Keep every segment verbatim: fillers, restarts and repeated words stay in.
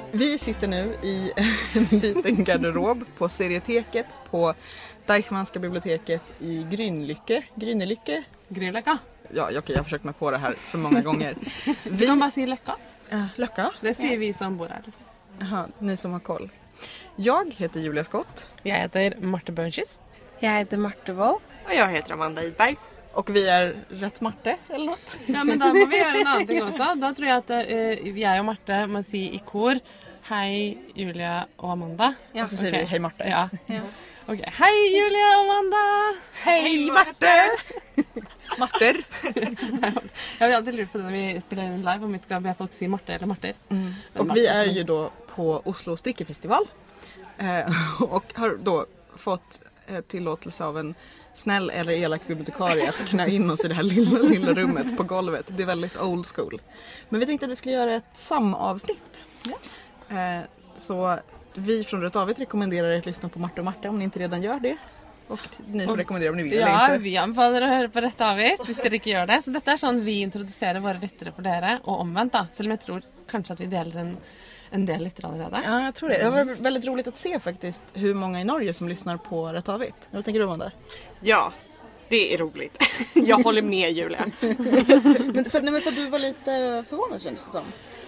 Vi sitter nu i en liten garderob på Serieteket på Deichmanska biblioteket i Grynlycke. Grynelycke? Grynlöcka. Ja, okej, jag har försökt mig på det här för många gånger. Vi kan bara säga Löcka. Uh, Löcka? Det säger vi som bor här. Jaha, ni som har koll. Jag heter Julia Skott. Jag heter Marte Bönchis. Jag heter Marte Woll. Och jag heter Amanda Idberg. Och vi är rätt Marte, eller något? Ja, men då må vi göra en annan ting också. Då tror jag att uh, jag och Marte må säga i kor: hej Julia och Amanda. Ja, och så säger okay. vi hej Marte. Ja. Ja. Okej, okay. Hej Julia och Amanda. Hej Marte. Marter. Jag har alltid lurat på det när vi spelar in live om vi ska be folk säga Marte eller Marter. Mm. Och Marte, vi är ju då på Oslo Strickefestival eh, och har då fått eh, tillåtelse av en snäll eller elak bibliotekarie att knä in oss i det här lilla, lilla rummet på golvet. Det är väldigt old school. Men vi tänkte att vi skulle göra ett samavsnitt. Ja. Eh, så vi från Rött Avigt rekommenderar er att lyssna på Marte och Marte om ni inte redan gör det. Och ni får och, rekommendera om ni vill ja, eller inte. Ja, vi anbefaler att höra på Rött Avigt hvis dere ikke gör det. Så detta är sånn vi introducerar våra lyttere for dere, och omvänt da. Selv om jag tror kanske att vi delar en, en del lyttere allerede. Ja, jag tror det. Det var väldigt roligt att se faktiskt hur många i Norge som lyssnar på Rött Avigt. Vad tänker du om det? Ja, det är roligt. Jag håller med Julia. men, för, nej, men för du var lite förvånad, känns det som.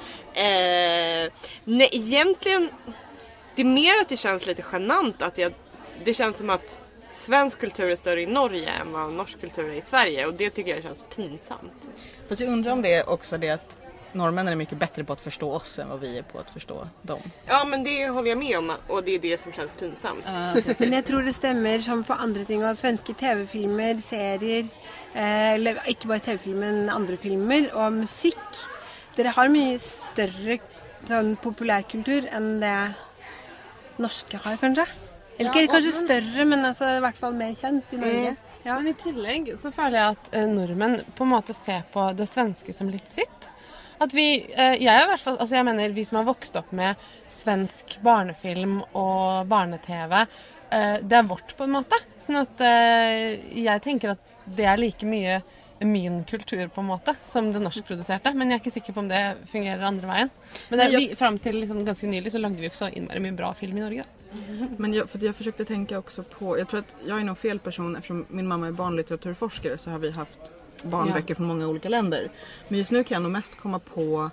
Eh, nej, egentligen det är mer att det känns lite genant att jag, det känns som att svensk kultur är större i Norge än vad norsk kultur är i Sverige, och det tycker jag känns pinsamt. Fast jag undrar om det är också det att norrmännen är mycket bättre på att förstå oss än vad vi är på att förstå dem. Ja, men det håller jag med om, och det är det som känns pinsamt. Uh, okay. Men jag tror det stämmer som för andra ting, och svenska tv-filmer, serier, eh, eller inte bara tv-filmer men andra filmer och musik. Det har mycket större sån populärkultur än det norska har kanske. Eller ja, kanske men, större, men alltså i hvert fall mer känt i Norge. Mm. Ja. Men i tillägg så føler jag att eh, norrmän på en måte ser på det svenska som lite sitt. Att vi, eh, jag är i hvert fall, alltså jag menar vi som har vuxit upp med svensk barnefilm och barne-tv, eh, det är vårt på en måte. Så att eh, jag tänker att det är lika mycket min kultur på en måte som det norskproducerade, men jag är inte säker på om det fungerar andra vägen. Men det, vi, fram till liksom ganska nyligen så lagde vi också in med bra film i Norge. Men jag, för jag försökte tänka också på, jag tror att jag är nog fel person eftersom min mamma är barnlitteraturforskare, så har vi haft barnböcker ja. från många olika länder. Men just nu kan jag nog mest komma på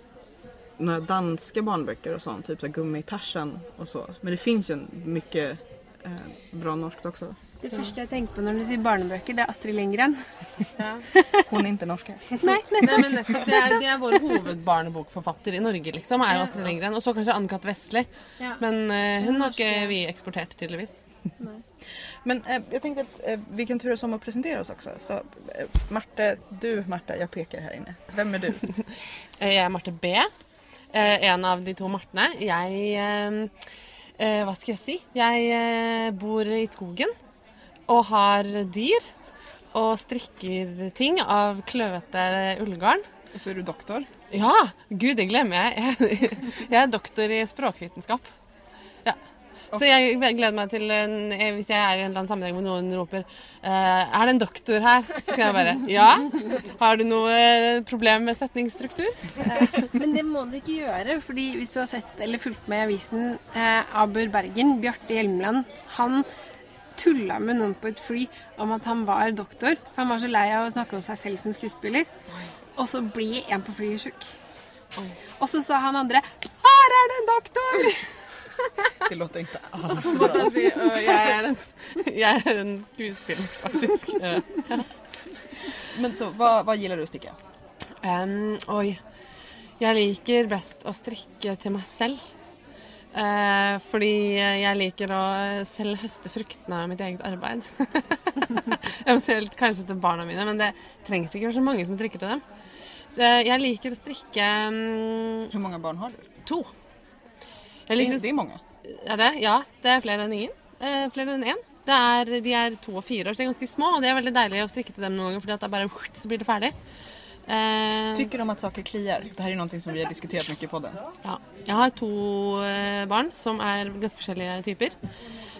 några danska barnböcker och sånt, typ så Gummi-Tarzan och så. Men det finns ju mycket eh, bra norskt också. Det första jag tänkte på när du säger barnböcker, det är Astrid Lindgren. Ja. Hon är inte norska. nej, nej. nej, men det är, det är vår huvudbarnebokförfattare i Norge liksom, är Astrid Lindgren. Och så kanske Ann-Kat Westli. Ja. Men eh, hon har inte vi exporterat tydligvis. Nej. Men eh, jag tänkte att eh, vi kan turas om att presentera oss också. Så eh, Marte, du Marte, jag pekar här inne. Vem är du? Jag är Marte B. Eh, en av de två Martene. Jag, eh, eh, vad ska jag säga? Jag eh, bor i skogen och har dyr och stricker ting av klövete ullgarn. Och så är du doktor? Ja, gud det glömmer jag. Jag är doktor i språkvetenskap. Ja. Så jag gleder mig till, en, hvis jeg er i en eller annen sammenheng hvor noen roper eh, er det en doktor her? Så kan jeg bare, ja. Har du noe problem med setningsstruktur? Men det må du ikke gjøre, fordi hvis du har sett eller fulgt med i avisen eh, Aber Bergen, Bjarte Hjelmeland, han tulla med noen på et fly om at han var doktor, for han var så lei av å snakke om seg selv som skuespiller. Og så blir en på flyet sjuk. Og så sa han andre, her er det en doktor! Det låter inte alls bra. Jag är en, jag är en skuespelare faktiskt. Men så, vad, vad gillar du att sticka? Um, oj, jag liker bäst att stricka till mig själv. Uh, fordi jag liker att själv hösta frukterna av mitt eget arbete. Eventuellt kanske till barnen mina, men det trängs inte så många som stricker till dem. Så jag liker att stricka... Um, Hur många barn har du? Två. Det är, det är många. Är det? Ja, det är fler än ingen. Eh, fler än en. Det är, de är två och fyra år, så det är ganska små. Och det är väldigt dejligt att stricka till dem någon gång, för att det bara så blir det färdigt. Eh, Tycker de att saker kliar? Det här är någonting som vi har diskuterat mycket på podden. Ja, jag har två eh, barn som är ganska olika typer.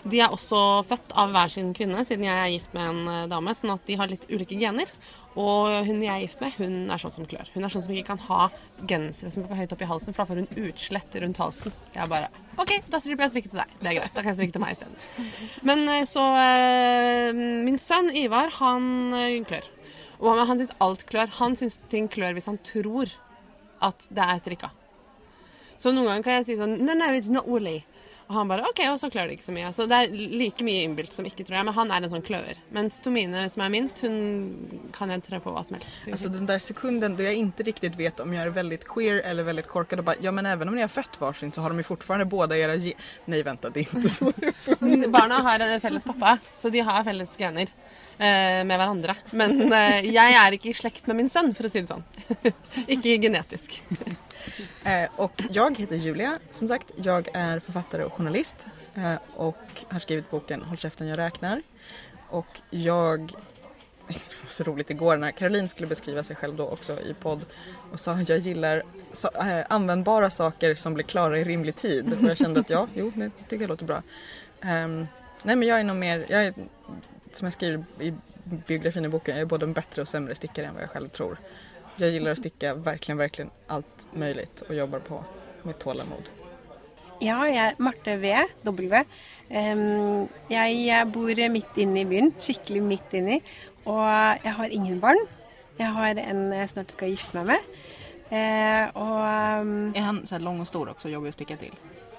de er også født av hver sin kvinne, siden jeg er gift med en eh, dame, sånn at de har litt ulike gener. Og hun jeg er gift med, hun er sånn som klør. Hun er sånn som ikke kan ha gensere som er for høyt opp i halsen, for da får hun utslett rundt halsen. Jeg bare, ok, da slipper jeg å strikke til deg. Det er greit, da kan jeg strikke til meg i stedet. Men eh, så, eh, min sønn Ivar, han eh, klør. Og han, han synes alt klør. Han synes ting klør hvis han tror at det er strikka. Så noen ganger kan jeg si sånn, no, no, it's not woolly. Og han bare, ok, og så klør det ikke så mye. Så det er like mye innbilt som ikke, tror jeg. Men han er en sånn kløver. Mens Tomine, som är minst, hon kan jag trä på vad som helst. Alltså den där sekunden då jag inte riktigt vet om jag är väldigt queer eller väldigt korkad och bara, ja men även om ni har fött varsin så har de ju fortfarande båda era ge- Nej, vänta, det är inte så. Barna har en felles pappa, så de har felles gener eh, med hverandre. Men eh, jeg er ikke i slekt med min sønn, for å si det sånn. Ikke genetisk. Eh, och jag heter Julia, som sagt. Jag är författare och journalist eh, och har skrivit boken Håll käften, jag räknar. Och jag... Det var så roligt igår när Caroline skulle beskriva sig själv då också i podd och sa att jag gillar så, eh, användbara saker som blir klara i rimlig tid. Och jag kände att ja, jo, det tycker jag låter bra. Um, nej, men jag är nog mer... Jag är, som jag skriver i biografin i boken, jag är både en bättre och sämre stickare än vad jag själv tror. Jag gillar att sticka verkligen, verkligen allt möjligt och jobbar på med tålamod. Ja, jeg er Marte V. W. Um, jeg bor midt inne i byen, skikkelig midt inne, og jeg har ingen barn. Jeg har en jeg snart skal gifte meg med. Uh, og, um, Är han så här lång och stor också, jobbig att sticka till?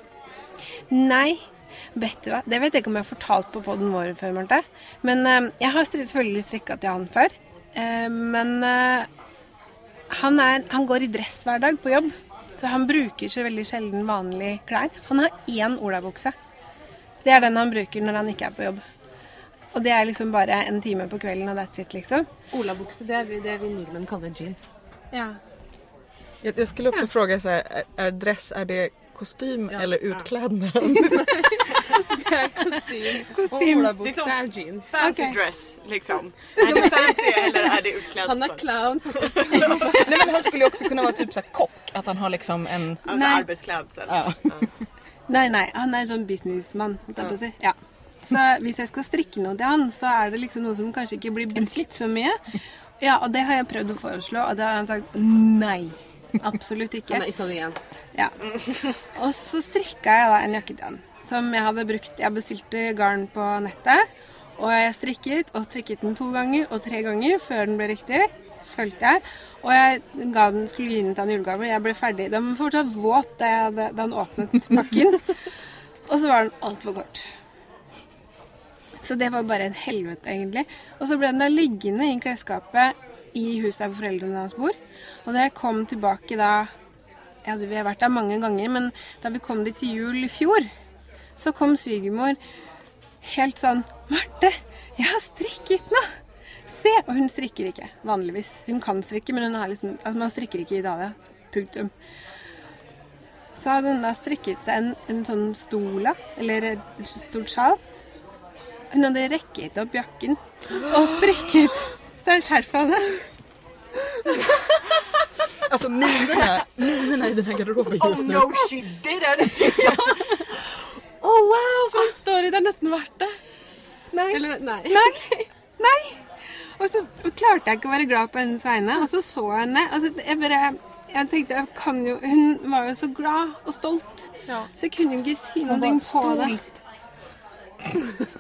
Nei, vet du hva? Det vet jeg ikke om jeg har fortalt på podden vår før, Marte. Men um, jeg har selvfølgelig strikket til han før. Uh, men uh, han, er, han går i dress hver dag på jobb. Så han bruker så veldig sjelden vanlige klær. Han har én olabukse. Det er den han bruker når han ikke er på jobb. Og det er liksom bare en time på kvelden, og that's it, liksom. Olabukse, det er vi, det vi nordmenn kaller jeans. Ja. Jag, jag skulle också fråga så här, är, är dress, är det kostym Ja, eller ja. utklädnad? Det er kostym. Kostym. Olabukse Liksom- er jeans. Fancy Okej. dress, liksom. Är det fancy eller är det utklädd? Han er clown. Nej, men han skulle ju också kunna vara typ så här kock, att han har liksom en... Alltså Nej. arbetsklädsel. Ja. Nei, nei, han er sånn businessmann, holdt jeg på å si. Ja. Så hvis jeg skal strikke noe til han, så er det liksom noe som kanskje ikke blir brukt så mye. Ja, og det har jeg prøvd å foreslå, og det har han sagt nei. Absolutt ikke. Han er italiensk. Ja. Og så strikka jeg da en jakke til han, som jeg hadde brukt. Jeg bestilte garn på nettet, og jeg strikket, og strikket den to ganger og tre ganger før den ble riktig, følte jeg. Og jeg ga den, skulle gi den til en julegave, jeg ble ferdig. Den var fortsatt våt da, jeg hadde, da han åpnet pakken, og så var den alt for kort. Så det var bare en helvete egentlig. Og så ble den da liggende i klesskapet i huset hvor foreldrene hans bor. Og da jeg kom tilbake da, altså vi har vært der mange ganger, men da vi kom dit til jul i fjor, så kom svigermor helt sånn, Marte, jeg har strikket nå! Se! Og hun strikker ikke, vanligvis. Hun kan strikke, men hun har liksom, altså man strikker ikke i Italia. Punktum. Så hadde hun da strikket seg en, en sånn stola, eller et stort sjal. Hun hadde rekket opp jakken og strikket seg skjerfene. Alltså minerna, minerna i den här garderoben Oh just nu. no, she didn't! Å, oh, wow, for en story, det er nesten verdt det. Nei. Eller, nei. Nei, nei. Og så klarte jeg ikke å være glad på hennes vegne, og så så jeg henne. Altså, jeg bare, jeg tenkte, jeg kan jo, hun var jo så glad og stolt, Ja. så jeg kunne jo ikke si Hon noe var på det. stolt.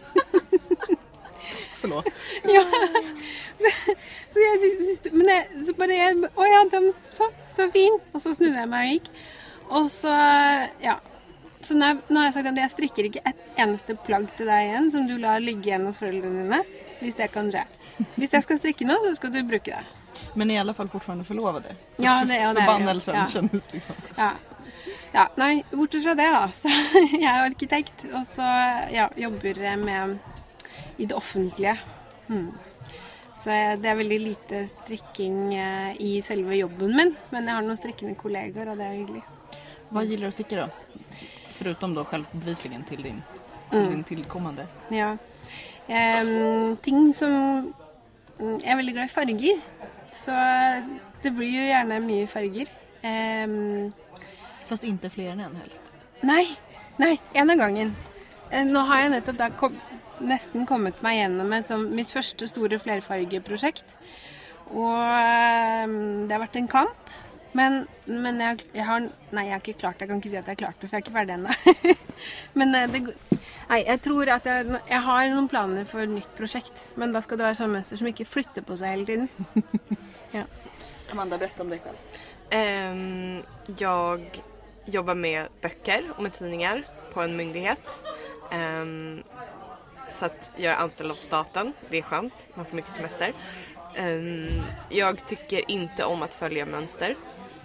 Förlåt. Ja. Så jeg synes, men jeg, så bare jeg, å ja, den, så, så fin. Og så snudde jeg meg og gikk. Og så, ja. Så nå, nå har jeg sagt at jeg strikker ikke et eneste plagg til deg igjen, som du lar ligge igjen hos foreldrene dine, hvis det kan skje. Hvis jeg skal strikke noe, så skal du bruke det. Men i alla fall fortfarande förlovade. Så Ja, att det- ja, det är förbannelsen det. Ja. kändes liksom. Ja. Ja, nei, bortsett fra det da, så jeg er arkitekt, og så ja, jobber jeg med i det offentlige. Hmm. Så det er veldig lite strikking eh, i selve jobben min, men jeg har noen strikkende kollegaer, og det er hyggelig. Vad gillar du att sticka då? Förutom då självbevisligen till din, till Mm. din tillkommande. Ja. Ehm, ting som mm, jeg er veldig glad i farger, så det blir jo gjerne mye farger. Ehm, Fast inte fler än en helst. nei, nei, en av gangen. Nå har jeg nettopp da kom, nesten kommet meg gjennom et, sånn, mitt første store flerfargeprosjekt. Og um, det har vært en kamp. Men, men jeg, jeg har Nei, jeg har ikke klart det. Jeg kan ikke si at jeg har klart det, for jeg er ikke ferdig ennå. Men det Nei, jeg tror at jeg, jeg har noen planer for et nytt projekt. Men da skal det være sånn mønster som ikke flytter på seg hele tiden. Ja. Amanda, berätta om dig själv. Um, jag jobbar med böcker och med tidningar på en myndighet. Um, så att jag är anställd av staten. Det är skönt. Man får mycket semester. Um, jag tycker inte om att följa mönster.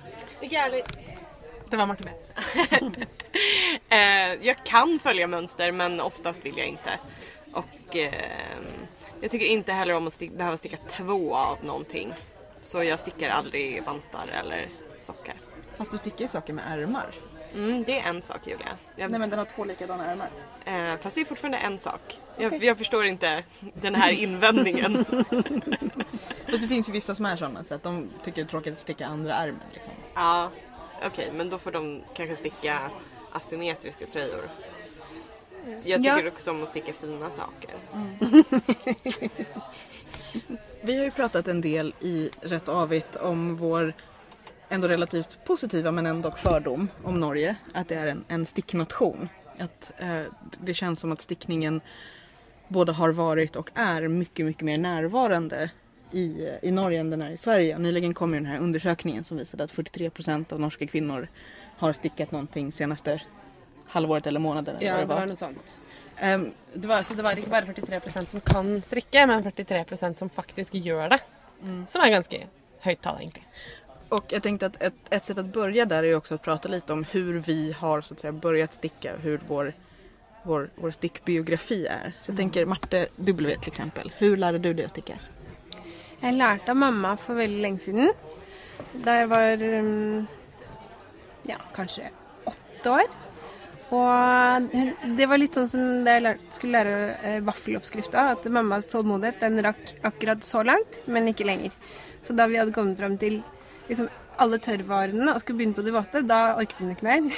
Det var Martin med. uh, jag kan följa mönster, men oftast vill jag inte. Och uh, jag tycker inte heller om att stick- behöva sticka två av någonting. Så jag stickar aldrig vantar eller sockar. Fast du sticker ju saker med ärmar. Mm, det är en sak, Julia. Jag, Nej, men den har två likadana ärmar. uh, fast det är fortfarande en sak. Jag, okay. jag förstår inte den här invändningen. Fast det finns ju vissa som är sådana, så att de tycker det är tråkigt att sticka andra ärmar. Liksom. Ja, okej. Okay, men då får de kanske sticka asymmetriska tröjor. Jag tycker ja. också om att sticka fina saker. Mm. Vi har ju pratat en del i Rätt Avigt om vår ändå relativt positiva men ändå fördom om Norge. Att det är en, en sticknation. Att eh, det känns som att stickningen både har varit och är mycket, mycket mer närvarande i, i Norge än den är i Sverige. Nyligen kom ju den här undersökningen som visade att fyrtiotre procent av norska kvinnor har stickat någonting senaste halvåret eller månaden. Ja, det var, det var något sånt. Um, det var, så det var inte bara fyrtiotre procent som kan stricka, men fyrtiotre procent som faktiskt gör det. Mm. Som är ganska högt tal egentligen. Och jag tänkte att ett, ett sätt att börja där är också att prata lite om hur vi har så att säga börjat sticka, hur vår, vår, vår stickbiografi är. Så jag tänker Marte W till exempel. Hur lärde du dig att sticka? Jag lärde av mamma för väldigt länge sedan. Då jag var um, ja, kanske åtta år. Och det var lite sån som där jag lär, skulle lära eh, vaffeluppskriften, att mammas tålmodighet den rack akkurat så långt, men inte längre. Så då vi hade kommit fram till liksom alla törrvarorna och skulle börja på det våta, då orkade hon inte mer.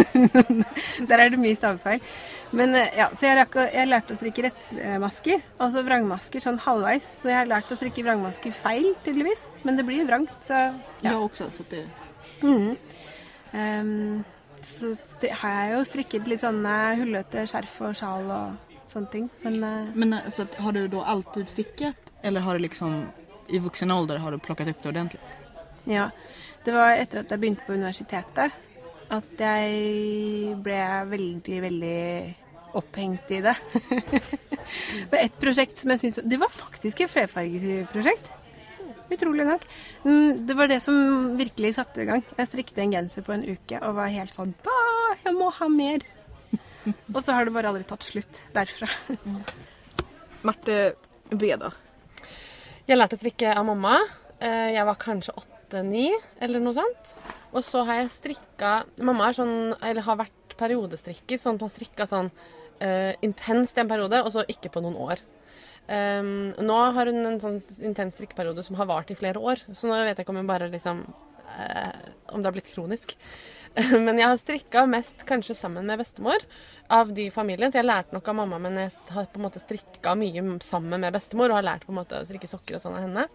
Där är det mycket stavfel. Men ja, så jag, rack, jag lärde att stricka rättmasker, och så vrangmasker sån halvvägs. Så jag har lärt att stricka vrangmasker fel tydligvis, men det blir vrangt. Så ja. Jag också, så det. Mm. Um, så har jag ju strickat lite såna hullete skärf och sjal och sånt ting. Men, uh, men så att, har du då alltid stickat, eller har du liksom i vuxen ålder har du plockat upp det ordentligt? Ja, det var efter att jag började på universitetet att jag blev väldigt, väldigt upphängt i det. Det var ett projekt som jag syns, det var faktiskt ett flerfärgsprojekt. Utroligt nog. Det var det som verkligen satte igång. Jag strickade en genser på en uke och var helt sån, da, jag måste ha mer. Och så har det bara aldrig tagit slut därifrån. Mm. Marte B då? Jag lärde att stricka av mamma. Jag var kanske åtta nio eller något sånt. Och så har jag strickat, mamma är sån, eller har varit periodestrickig, sånt man strickar sån uh, intenst en period och så inte på någon år. Um, nu har hon en sån intens strickperiod som har varit i flera år, så nu vet jag inte om jag bara liksom uh, om det har blivit kronisk. Men jag har strickat mest kanske samman med bestemor av de familjen, så jag har lärt något av mamma, men jag har på något strickat mycket samman med bestemor och har lärt på något att stricka socker och sånt av henne.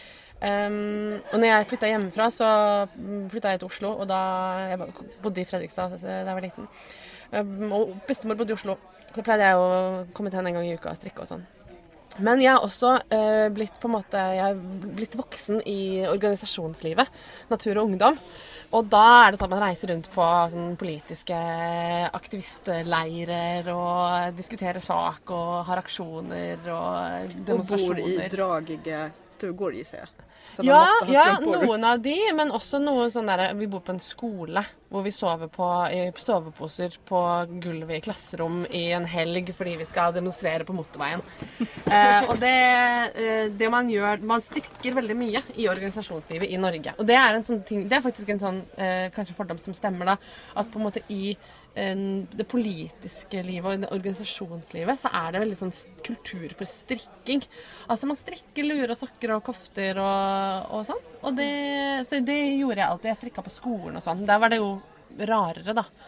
Um, och när jag flyttade hemifrån så flyttade jag till Oslo, och då jag bodde i Fredrikstad när jag var liten. Um, och bestemor bodde i Oslo, så plejade jag att komma till henne en gång i veckan och stricka och sånt. Men jag har också eh, blivit på en måte, jag har blivit vuxen i organisationslivet, natur och ungdom. Och då är det så att man reser runt på sån politiska aktivistleirer och diskuterar sak och har aktioner och demonstrationer. Och bor i dragiga stugor, gissar jag. Ja, ja, någon av de, men också någon sån där, vi bor på en skola där vi sover på i soveposer på golvet i klassrum i en helg fordi vi ska demonstrera på motorvägen. eh, och det eh, det man gör, man stricker väldigt mycket i organisationslivet i Norge. Och det är en sån ting, det är faktiskt en sån eh, kanske fördom som stämmer då, att på något i en, det politiska livet och det organisationslivet så är det väldigt sån kultur för stricking. Alltså man stricker lur och socker och koftor och och sånt. Och det så det gjorde jag alltid. Jag strickade på skolan och sånt. Där var det ju rarare då.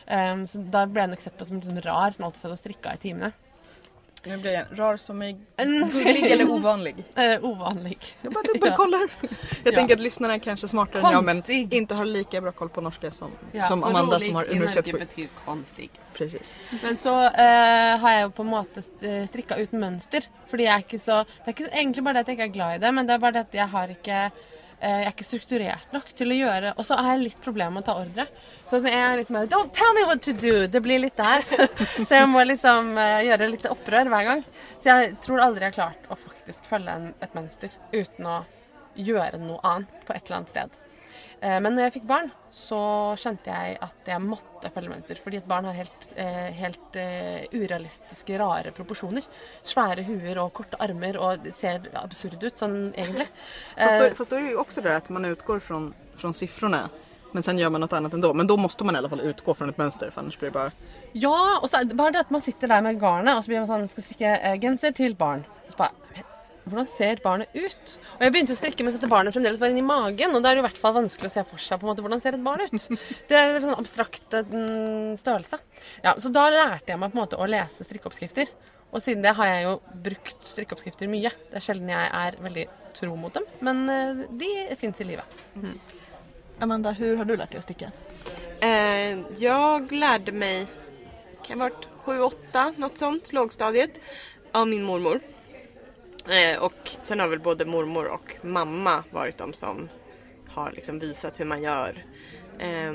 Um, så da ble jeg nok sett på som liksom rar, som alltid satt og strikka i timene. Nu blir jag rar som är gullig eller ovanlig. Uh, ovanlig. Jag bara dubbelkollar. Jag ja. tänker att lyssnarna är kanske smartare än jag, men inte har lika bra koll på norska som, ja, som Amanda som har universitet. Ja, betyr konstig. Precis. Men så uh, har jeg jo på en måte strikka ut mønster, fordi jeg er ikke så, det er ikke egentlig bare det at jeg ikke er glad i det, men det er bare det at jeg har ikke, uh, jeg er ikke strukturert nok til å gjøre, og så har jeg litt problemer med å ta ordre. Så at jeg liksom er, don't tell me what to do, det blir litt der. Så jeg må liksom uh, gjøre litt opprør hver gang. Så jeg tror aldri jeg har klart å faktisk følge en, et mønster uten å gjøre noe annet på et eller annet sted. Uh, men når jeg fikk barn, så skjønte jeg at jeg måtte følge mønster, fordi et barn har helt, uh, helt uh, urealistiske, rare proporsjoner. Svære huer og korte armer, og det ser absurd ut, sånn egentlig. Uh, fast, då, fast då är det ju också det att man utgår från, från siffrorna. Men sen gör man något annat ändå. Men då måste man i alla fall utgå från ett mönster, för annars blir det bara... Ja, och så bara det att man sitter där med garnet och så blir man sånn, ska strikke eh, genser til barn. Og så bare, men, hvordan ser barnet ut? Og jeg begynte å strikke mens dette barnet fremdeles var inne i magen, og da er det i hvert fall vanskelig å se for seg på en måte hvordan ser et barn ut. Det er en sånn abstrakt mm, størrelse. Ja, så da lærte jeg meg på en måte å lese strikkeoppskrifter. Og siden det har jeg jo brukt strikkeoppskrifter mye. Det er sjelden jeg er veldig tro mot dem, men eh, de finnes i livet. Mm. Amanda, hur har du lärt dig att sticka? Eh, jag lärde mig, kan ha varit sju åtta, något sånt, lågstadiet, av min mormor. Eh, och sen har väl både mormor och mamma varit de som har liksom visat hur man gör. Eh,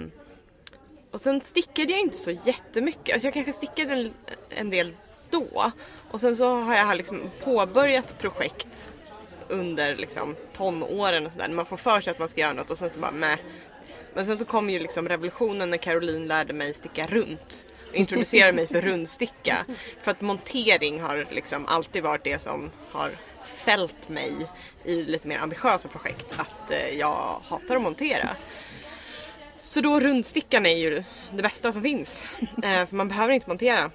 och sen stickade jag inte så jättemycket. Alltså jag kanske stickade en, en del då. Och sen så har jag liksom påbörjat projekt under liksom tonåren och sådär. Man får för sig att man ska göra något och sen så bara nej. Men sen så kom ju liksom revolutionen när Caroline lärde mig sticka runt. Och introducerade mig för rundsticka. För att montering har liksom alltid varit det som har fällt mig i lite mer ambitiösa projekt. Att eh, jag hatar att montera. Så då rundstickan är ju det bästa som finns. Eh, för man behöver inte montera.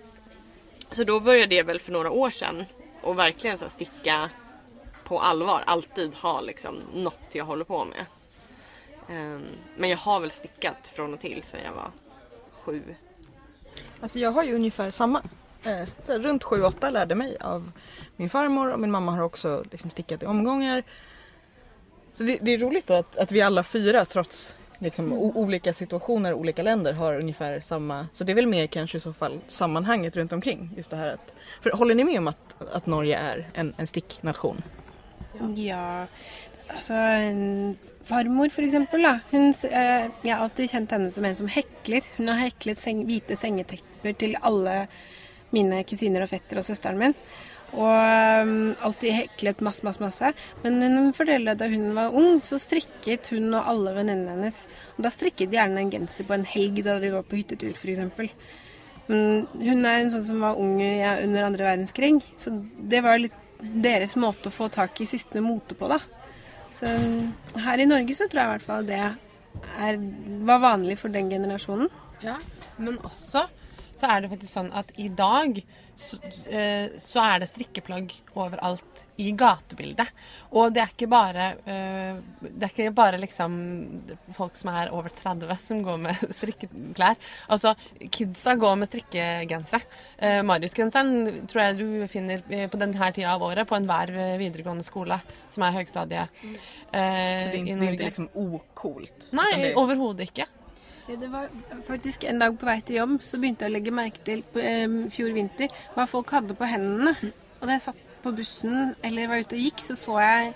Så då började jag väl för några år sedan. Och verkligen så här sticka på allvar, alltid ha liksom något jag håller på med. Um, men jag har väl stickat från och till sedan jag var sju. Alltså jag har ju ungefär samma. Eh, runt sju åtta lärde mig av min farmor, och min mamma har också liksom stickat i omgångar. Så det, det är roligt då att, att vi alla fyra, trots liksom mm. o- olika situationer, olika länder, har ungefär samma. Så det är väl mer kanske i så fall sammanhanget runt omkring. Just det här att, för håller ni med om att, att Norge är en, en sticknation? Ja, altså en farmor for eksempel da, hun, eh, jeg har alltid kjent henne som en som hekler. Hun har heklet seng, hvite sengetepper til alle mine kusiner og fetter og søsteren min. Og um, alltid heklet masse, masse, masse. Men hun forteller at da hun var ung, så strikket hun og alle venninnene hennes. Og da strikket de gjerne en genser på en helg da de var på hyttetur for eksempel. Men hun er en sånn som var ung ja, under andre verdenskrig, så det var litt deres måte å få tak i siste mote på da. Så her i Norge så tror jeg i hvert fall det er, var vanlig for den generasjonen. Ja, men også så er det faktisk sånn at i dag så, eh, så er det strikkeplagg overalt i gatebildet. Og det er ikke bare eh, det er ikke bare liksom folk som er over tretti som går med strikkeklær. Altså kidsa går med strikkegensere. Eh, Marius-genseren tror jeg du finner på den her tida av året på enhver videregående skole som er høgstadie. Eh, så det, det er ikke liksom ocoolt? Nei, det... overhodet ikke. Det var faktisk en dag på vei til jobb, så begynte jeg å legge merke til på eh, fjor vinter hva folk hadde på hendene. Og da jeg satt på bussen eller var ute og gikk, så så jeg,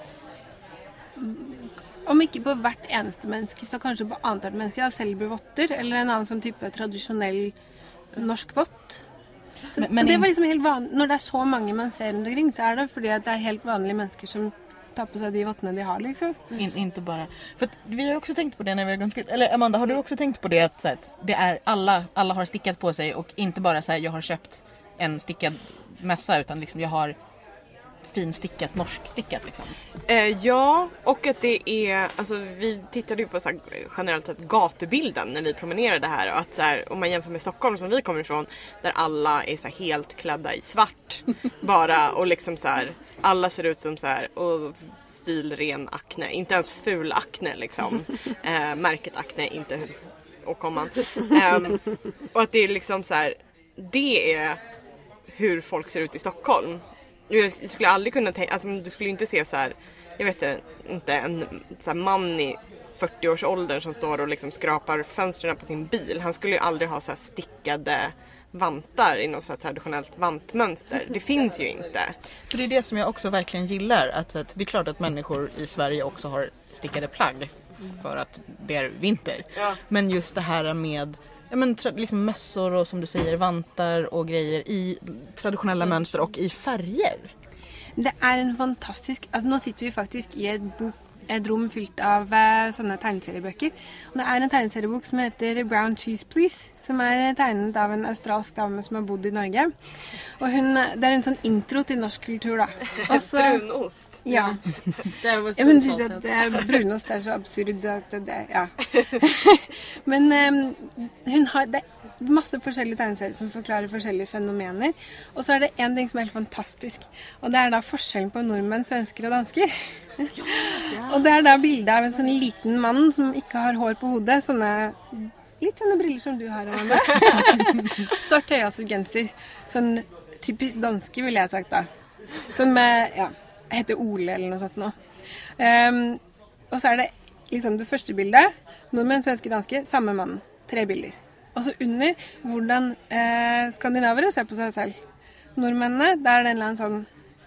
om ikke på hvert eneste menneske, så kanskje på annethvert menneske, da, Selbu-votter, eller en annen sånn type tradisjonell norsk vott. Så, men, men det var liksom helt vanlig. Når det er så mange man ser rundt omkring, så er det fordi at det er helt vanlige mennesker som ta på sig de vottene de har liksom. In, inte bara. För att vi har också tänkt på det när vi har gått skritt. Eller Amanda, har du också tänkt på det att, så att det är alla alla har stickat på sig och inte bara så här, jag har köpt en stickad mössa, utan liksom jag har finstickat, norskstickat liksom. Eh, ja, och att det är, alltså vi tittade ju på så här, generellt sett gatubilden när vi promenerade här, och att så här, om man jämför med Stockholm som vi kommer ifrån, där alla är så här, helt klädda i svart bara, och liksom så här, alla ser ut som så här, och stilren Acne, inte ens ful Acne liksom. Eh, märket Acne, inte och komman. Um, och att det är liksom så här, det är hur folk ser ut i Stockholm. Jag skulle aldrig kunna tänka, alltså du skulle inte se så här, jag vet inte, en så här man i fyrtio-årsåldern som står och liksom skrapar fönstren på sin bil. Han skulle ju aldrig ha så här stickade vantar i något så här traditionellt vantmönster. Det finns ju inte. För det är det som jag också verkligen gillar. Att, att det är klart att människor i Sverige också har stickade plagg för att det är vinter. Ja. Men just det här med ja, men, tra- liksom mössor och som du säger vantar och grejer i traditionella mm. mönster och i färger. Det är en fantastisk... Altså, nå sitter vi faktisk i et, bok, et rom fylt av uh, sånne tegneseriebøker. Og det er en tegneseriebok som heter Brown Cheese Please, som er tegnet av en australsk dame som har bodd i Norge. Og hun, det er en sånn intro til norsk kultur, da. Også, brunost. Ja. Det er jo ja, hun synes at det, brunost er så absurd at det... Ja. Men um, hun har... Det, masse forskjellige tegneserier som forklarer forskjellige fenomener. Og så er det en ting som er helt fantastisk. Og det er da forskjellen på nordmenn, svensker og dansker. Ja, ja. Og det er da bildet av en sånn liten mann som ikke har hår på hodet. Sånne, litt sånne briller som du har, Amanda. Svart høyhalset genser. Sånn typisk danske, vil jeg ha sagt da. Som ja, heter Ole eller noe sånt nå. Um, og så er det liksom det første bildet. Nordmenn, svenske, danske, samme mann. Tre bilder. Og så under hvordan eh, skandinavere ser på seg selv. Nordmennene, der er det en eller annen sånn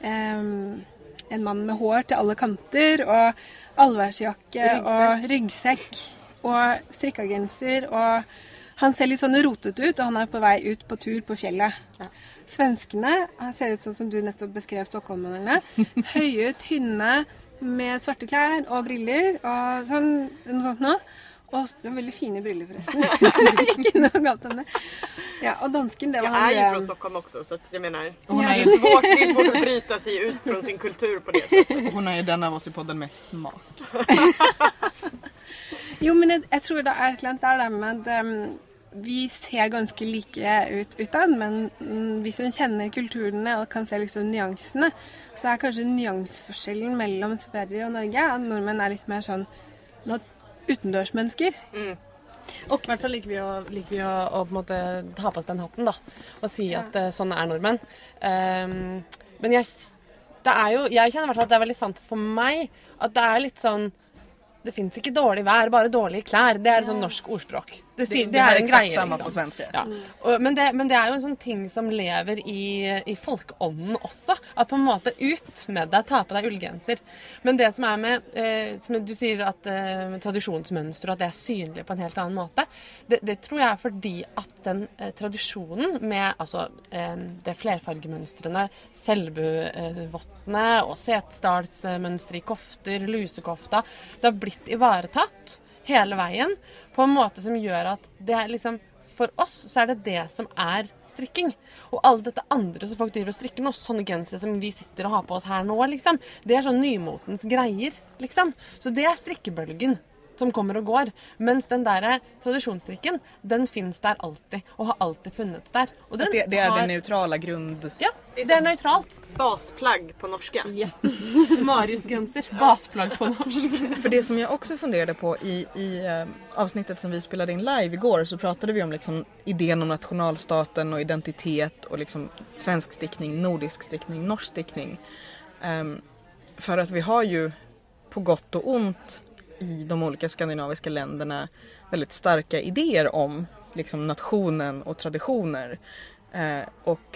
eh, en mann med hår til alle kanter, og allværsjakke, og ryggsekk, og strikkagenser, og han ser litt sånn rotet ut, og han er på vei ut på tur på fjellet. Ja. Svenskene han ser ut sånn som du nettopp beskrev stockholmerne. Høye, tynne, med svarte klær og briller, og sånn, noe sånt nå. Og det var väldigt fina briller förresten. Inte något galt om det. Ja, och dansken det var jag han. Jag är ju från Stockholm också så att jag menar hon är ju svårt, det är svårt att bryta sig ut från sin kultur på det sättet. Hon är ju den av oss i podden med smak. Jo, men jag, jag tror det är ett land där där med um, vi ser ganska lika ut utan men um, vi som känner kulturerna och kan se liksom nyanserna så är kanske nyansskillnaden mellan Sverige och Norge att norrmän är lite mer sån något utendørsmennesker. Mm. Og i hvert fall liker vi å, liker vi å, å på en måte ta på oss den hatten da, og si at uh, sånn er nordmenn. Um, men jeg, det er jo, jeg kjenner i hvert fall at det er veldig sant for meg, at det er litt sånn, det finns inte dålig vær, bara dåliga kläder. Det är ett sånt norsk ordspråk. Det, det, det, det är en grej samma liksom. På svenska. Ja. Och, men, det, men det är ju en sån ting som lever i, i folkånden också. Att på en måte ut med det, ta på dig ullgenser. Men det som är med, eh, som du säger att eh, traditionsmönster och att det är synligt på en helt annan måte. Det, det tror jag är för att den eh, traditionen med alltså, eh, det flerfargemönstrene, Selbuvottene och Setesdalsmönster i kofter, lusekofta. Det har blivit ivaretatt hela vägen på en måte som gör att det är liksom för oss så är det det som är stricking och allt detta andra som folk driver och stricker och såna genser som vi sitter och har på oss här nu liksom det är så nymotens grejer liksom så det är strickebølgen som kommer och går men den där traditionsstricken den finns där alltid och har alltid funnits där och den det, det är har... den neutrala grund. Ja, det är, det är neutralt. Basplagg på norska. Ja. Marius genser, basplagg på norska. För det som jag också funderade på i, i uh, avsnittet som vi spelade in live igår så pratade vi om liksom idén om nationalstaten och identitet och liksom svensk stickning, nordisk stickning, norsk stickning. Um, för att vi har ju på gott och ont i de olika skandinaviska länderna väldigt starka idéer om liksom nationen och traditioner. Eh, och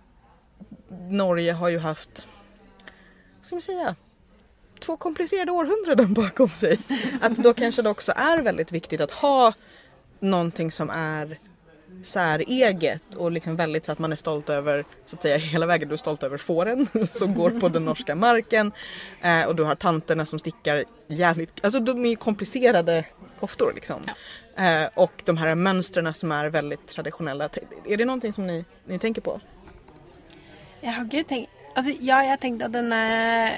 Norge har ju haft, vad ska man säga, två komplicerade århundraden bakom sig. Att då kanske det också är väldigt viktigt att ha någonting som är säreget och liksom väldigt så att man är stolt över så att säga hela vägen. Du är stolt över fåren som går på den norska marken eh, och du har tanterna som stickar jävligt, alltså de är komplicerade koftor liksom. Ja. Eh, och de här mönstren som är väldigt traditionella. Är det någonting som ni, ni tänker på? Jag har inte tänkt, alltså ja, jag tänkte att den är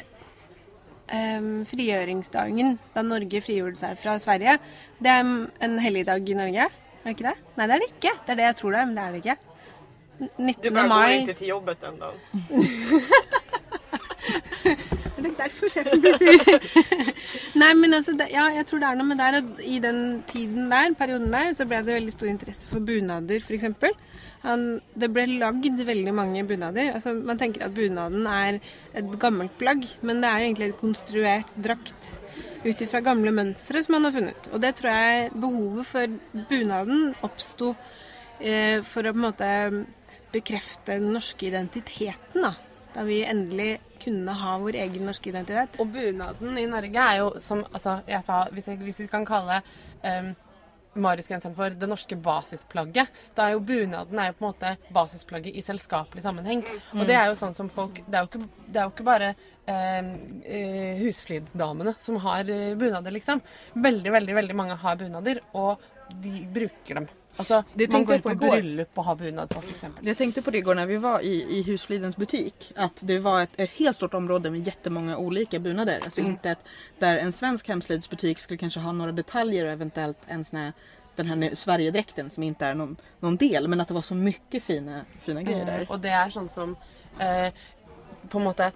um, frigjøringsdagen da Norge frigjorde sig från Sverige. Det är en helligdag i Norge. Är det inte det? Nej, det är det inte. Det är det jag tror det, men det är det inte. nittonde Du bara maj. går inte till jobbet en dag. det är därför chefen blir sur. Nej, men alltså, det, ja, jag tror det är något med där att i den tiden där, perioden där, så blev det väldigt stor intresse för bunader, för exempel. Han, det blev lagd väldigt många bunader. Alltså, man tänker att bunaden är ett gammalt plagg, men det är egentligen ett konstruerat drakt utifrån gamla mönster som man har funnit. Och det tror jag behovet för bunaden uppstod eh, för att på något sätt bekräfta den norska identiteten då. Där vi äntligen kunde ha vår egen norska identitet. Och bunaden i Norge är ju som, alltså, jag sa, hvis, jeg, hvis vi kan kalla um, Mariusgenseren for det norske basisplagget, da er jo bunaden er jo på en måte basisplagget i selskapelig sammenheng. Mm. Og det er jo sånn som folk, det er jo ikke, det er jo ikke bare eh, eh, husflidsdamene som har eh, bunader, liksom. Veldig, veldig, veldig mange har bunader, og de bruker dem. Alltså, det man går på, på bröllop och har bunad på, för exempel. Jag tänkte på det igår när vi var i, i Husflidens butik. Att det var ett, ett helt stort område med jättemånga olika bunader. Alltså mm. inte ett, där en svensk hemslidsbutik skulle kanske ha några detaljer och eventuellt en sån här, den här Sverigedräkten som inte är någon, någon del. Men att det var så mycket fina, fina grejer mm. där. Och det är sånt som eh, på en måte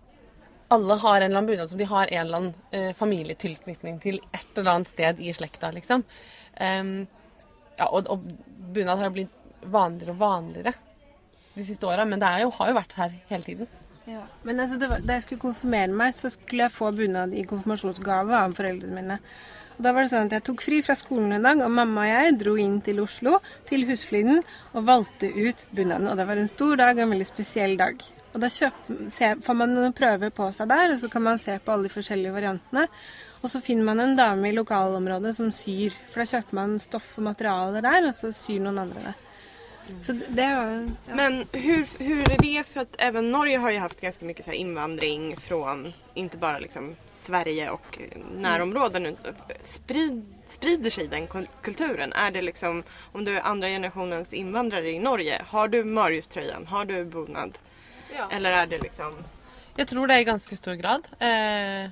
alla har en eller annan bunad som de har en eller annan eh, familjetillknytning till ett eller annat sted i släkta, liksom. Um, Ja, och, och bunad har blivit vanligare och vanligare de sista åren, men det är ju, har ju varit här hela tiden. Ja, men alltså det var, när jag skulle konfirmera mig så skulle jag få bunad i konfirmationsgave av föräldrarna mina. Och då var det så att jag tog fri från skolan en dag och mamma och jag drog in till Oslo, till Husfliden och valde ut bunaden. Och det var en stor dag och en väldigt speciell dag. Och då köpte, se, får man några pröver på sig där och så kan man se på alla de olika varianterna. Och så finner man en dame i lokalområdet som syr. För då köper man stoff och materialer där och så syr någon andra där. Mm. Så det är, ja. Men hur, hur är det? För att även Norge har ju haft ganska mycket så här invandring från inte bara liksom Sverige och närområden. Mm. Sprid, sprider sig den kulturen? Är det liksom, om du är andra generationens invandrare i Norge, har du Mariuströjan? Har du bunad? Ja. Eller är det liksom... Jag tror det är i ganska stor grad. Eh...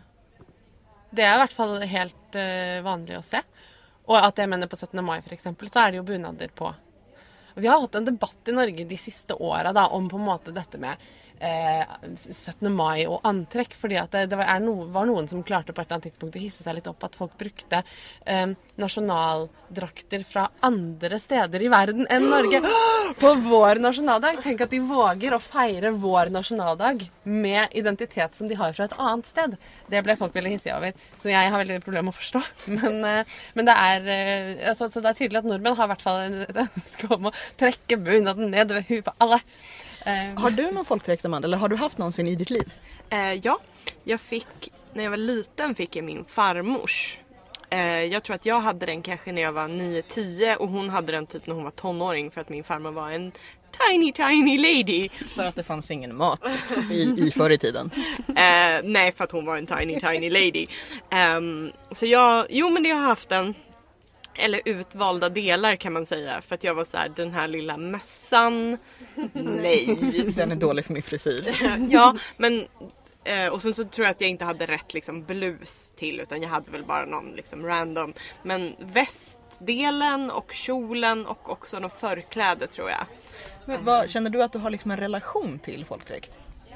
Det är i hvert fall helt uh, vanligt att se. Och att jag menar på sjuttonde maj för exempel så är det ju bunader på. Och vi har haft en debatt i Norge de sista åren då, om på en måte detta med eh, sjuttonde maj och antrekk. Fordi at det, det var, no, var noen som klarte på et eller annet tidspunkt å hisse seg litt opp at folk brukte eh, nasjonaldrakter fra andre steder i verden enn Norge på vår nasjonaldag. Tenk at de våger å feire vår nasjonaldag med identitet som de har fra et annet sted. Det ble folk veldig hissige over, så jeg har veldig problem med å forstå. Men, eh, men det er eh, altså, så det er tydelig at nordmenn har i hvert fall et ønske om å trekke bunaden ned ved huet på alle. Eh. Har du någon folkdräkt, Amanda, eller har du haft någonsin i ditt liv? Eh, ja, jag fick, när jag var liten fick jag min farmors. Eh, jag tror att jag hade den kanske när jag var nio tio och hon hade den typ när hon var tonåring för att min farmor var en tiny tiny lady. För att det fanns ingen mat i, i förr i tiden. Eh, nej, för att hon var en tiny tiny lady. Eh, så jag, jo men jag har haft den. Eller utvalda delar kan man säga. För att jag var så här, den här lilla mössan. Nej. Den är dålig för min frisyr. Ja, men eh, och sen så tror jag att jag inte hade rätt liksom blus till. Utan jag hade väl bara någon liksom random. Men västdelen och kjolen och också någon förkläde tror jag. Men vad, känner du att du har liksom en relation till folkdräkt?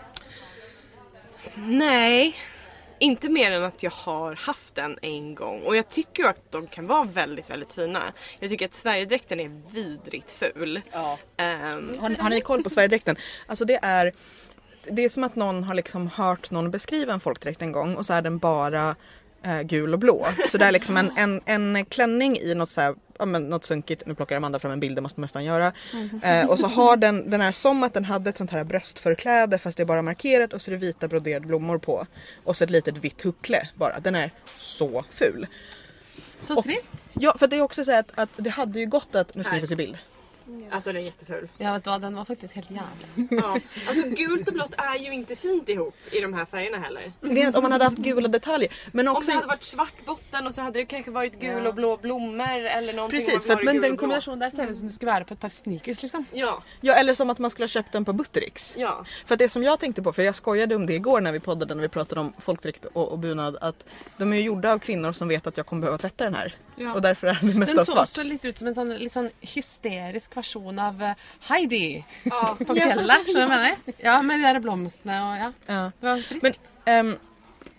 Nej. Inte mer än att jag har haft den en gång. Och jag tycker ju att de kan vara väldigt, väldigt fina. Jag tycker att Sverigedräkten är vidrigt ful. Ja. Um, har, har ni koll på Sverigedräkten? Alltså det är, det är som att någon har liksom hört någon beskriva en folkdräkt en gång. Och så är den bara eh, gul och blå. Så det är liksom en, en, en klänning i något så här, ja, men något sunkigt. Nu plockar Amanda fram en bild, det måste man nästan göra. Eh, och så har den, den är som att den hade ett sånt här bröstförkläde fast det är bara markerat och så är det vita broderade blommor på. Och så ett litet vitt huckle bara. Den är så ful. Så trist. Ja, för det är också så att, att det hade ju gått att, nu ska vi få se bild. Alltså den är jätteful. Ja, vet du vad, den var faktiskt helt jävla. Ja. Alltså gult och blått är ju inte fint ihop i de här färgerna heller. Det är att om man hade haft gula detaljer. Men också om det hade varit svart botten och så hade det kanske varit gul ja. och blå blommor eller någonting. Precis, för att, men den kombinationen där ser det som du skulle vara på ett par sneakers liksom. Ja. Ja, eller som att man skulle ha köpt den på Buttericks. Ja. För att det som jag tänkte på, för jag skojade om det igår när vi poddade, när vi pratade om folkdräkt och, och bunad, att de är ju gjorda av kvinnor som vet att jag kommer behöva tvätta den här. Ja. Och därför är den mesta svart. Den såg så lite ut som en sån, lite sån hysterisk svensk version av uh, Heidi ja. På fjället, så jag menar. Ja, med de där blomsterna och ja. ja. Det var friskt. Men um,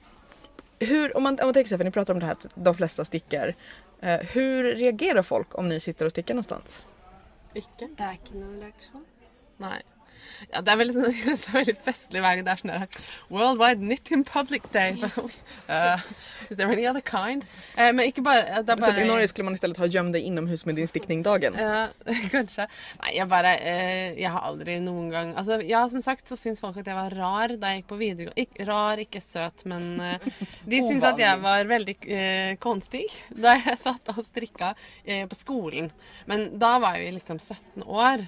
hur, om man, om man tänker sig, för ni pratar om det här att de flesta stickar. Uh, hur reagerar folk om ni sitter och stickar någonstans? Ikke. Det är inte någon reaktion. Nej. Ja, det är väl en väldigt festlig väg där sån där Worldwide Knitting Public Day. uh, is there any other kind? Uh, men inte bara, det bara så i Norge skulle man istället ha gömd dig inomhus med din stickningdagen. Ja, uh, kanske. Nej, jag bara uh, jag har aldrig någon gång alltså ja, som sagt så syns folk att jag var rar där jag gick på videregående. Ik- rar, inte söt, men uh, de syns att jag var väldigt uh, konstig där jag satt och strickade uh, på skolan. Men då var jag ju liksom sjutton år.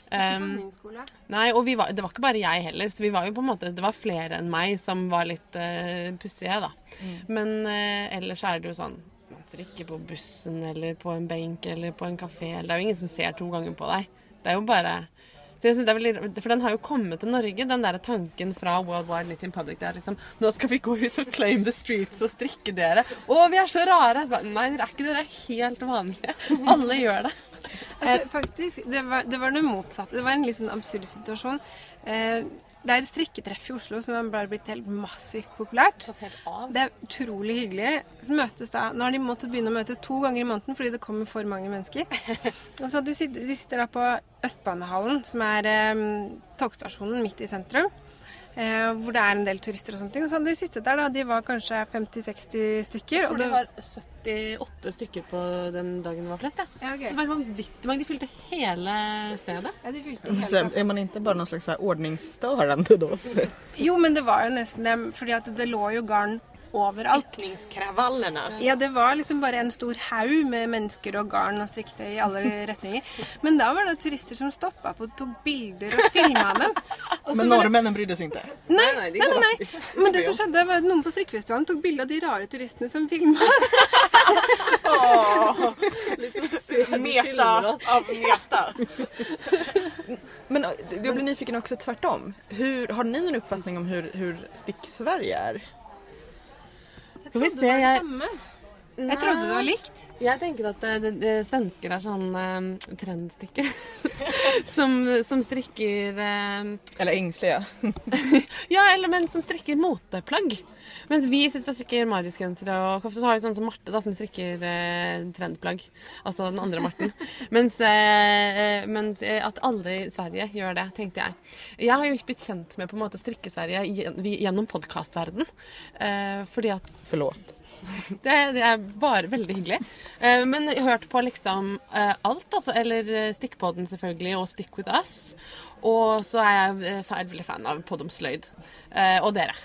Um, nej, och vi var, det var inte bara jag heller, så vi var ju på en måte, det var fler än mig som var lite uh, pussiga då. Mm. Men uh, ellers är det ju sån, man stricker på bussen eller på en bänk eller på en café, det är ju ingen som ser två gånger på dig. Det är ju bara, så jag synes det är väl, för den har ju kommit till Norge, den där tanken från Worldwide Knitting Public, där liksom, nu ska vi gå ut och claim the streets och stricka dere. Åh, vi är så rara. Så bara, nej, det är inte, det är helt vanliga. Alla gör det. Alltså, faktiskt, det var, det var något motsatt. Det var en liten absurd situation. Eh, det är ett strikketräff i Oslo som har blivit helt massivt populärt. Det är otroligt hyggligt. Så mötes da, nå har de måttet begynne å møte to ganger i måneden fordi det kommer for mange mennesker. Og så de sitter, de sitter da på Østbanehallen, som er eh, togstasjonen midt i sentrum. Eh, hvor det er en del turister og sånne ting. Og så hadde de sittet der da, de var kanskje femti seksti stykker. Jeg tror og det det var syttiåtte stykker på den dagen det var flest, ja. Ja, okay. Det var vanvittigt mange, de fylte hele stedet. Ja, de fylte hele. Så är man inte bara någon slags så här ordningsstörande då? Jo, men det var ju nästan det, fordi at det lå ju garn överallt. Stickningskravallerna. Ja, det var liksom bara en stor haug med människor och garn och strickte i alla riktningar. Men då var det turister som stoppade på och tog bilder och filmade dem. Och men norrmännen brydde sig inte? Nej, nej, nej, nej, nej. Men det som skedde var att någon på strickfestivalen tog bilder av de rara turisterna som filmades. Åh, lite meta av meta. Men jag blir nyfiken också tvärtom. Hur, har ni någon uppfattning om hur, hur stick-Sverige är? Jag trodde det var samma. Jag trodde det var likt. Jag tänker att det, det, det svenskar är sån um, trendstickor som, som stricker um, eller ängsliga. ja, eller men som stricker moteplagg. Men vi sitter och stricker Mariusgenser och koftor, så har vi sån som Marte då, som stricker uh, trendplagg. Alltså den andra Martin. men, uh, men uh, att alla i Sverige gör det, tänkte jag. Jag har ju inte blivit känt med på en måte strikke Sverige genom podcastvärlden. Uh, fordi att förlåt. Det, det är bara väldigt hyggligt. Uh, men jag har hört på liksom uh, allt alltså, eller Stickpodden selvfølgelig och Stick With Us. Och så är jag uh, väldigt fan av Poddom Slöjd. Uh, och dere.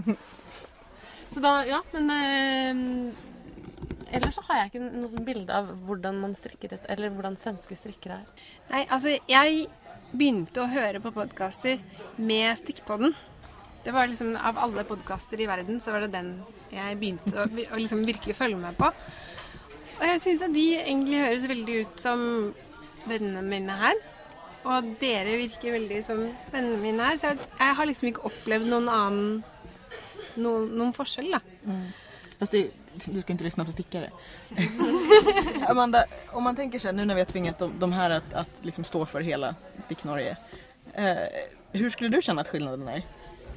Så då, ja, men uh, eller så har jag inte någon bild av hur man stricker det, eller hur svenska strickar är. Nej, alltså jag började att höra på podcaster med Stickpodden. Det var liksom av alla podcaster i världen så var det den jag började att, att liksom verkligen följa med på. Och jag syns att de egentligen hörs väldigt ut som vännerna mina här. Och dere virker väldigt som vännerna mina här. Så jag, jag har liksom inte upplevt någon annan någon, någon forskjell då. Mm. Fast det, du ska inte lyssna på stickare. Amanda, om man tänker sig nu när vi har tvingat de, de här att, att liksom stå för hela Stick-Norge. Eh, hur skulle du känna att skillnaden är?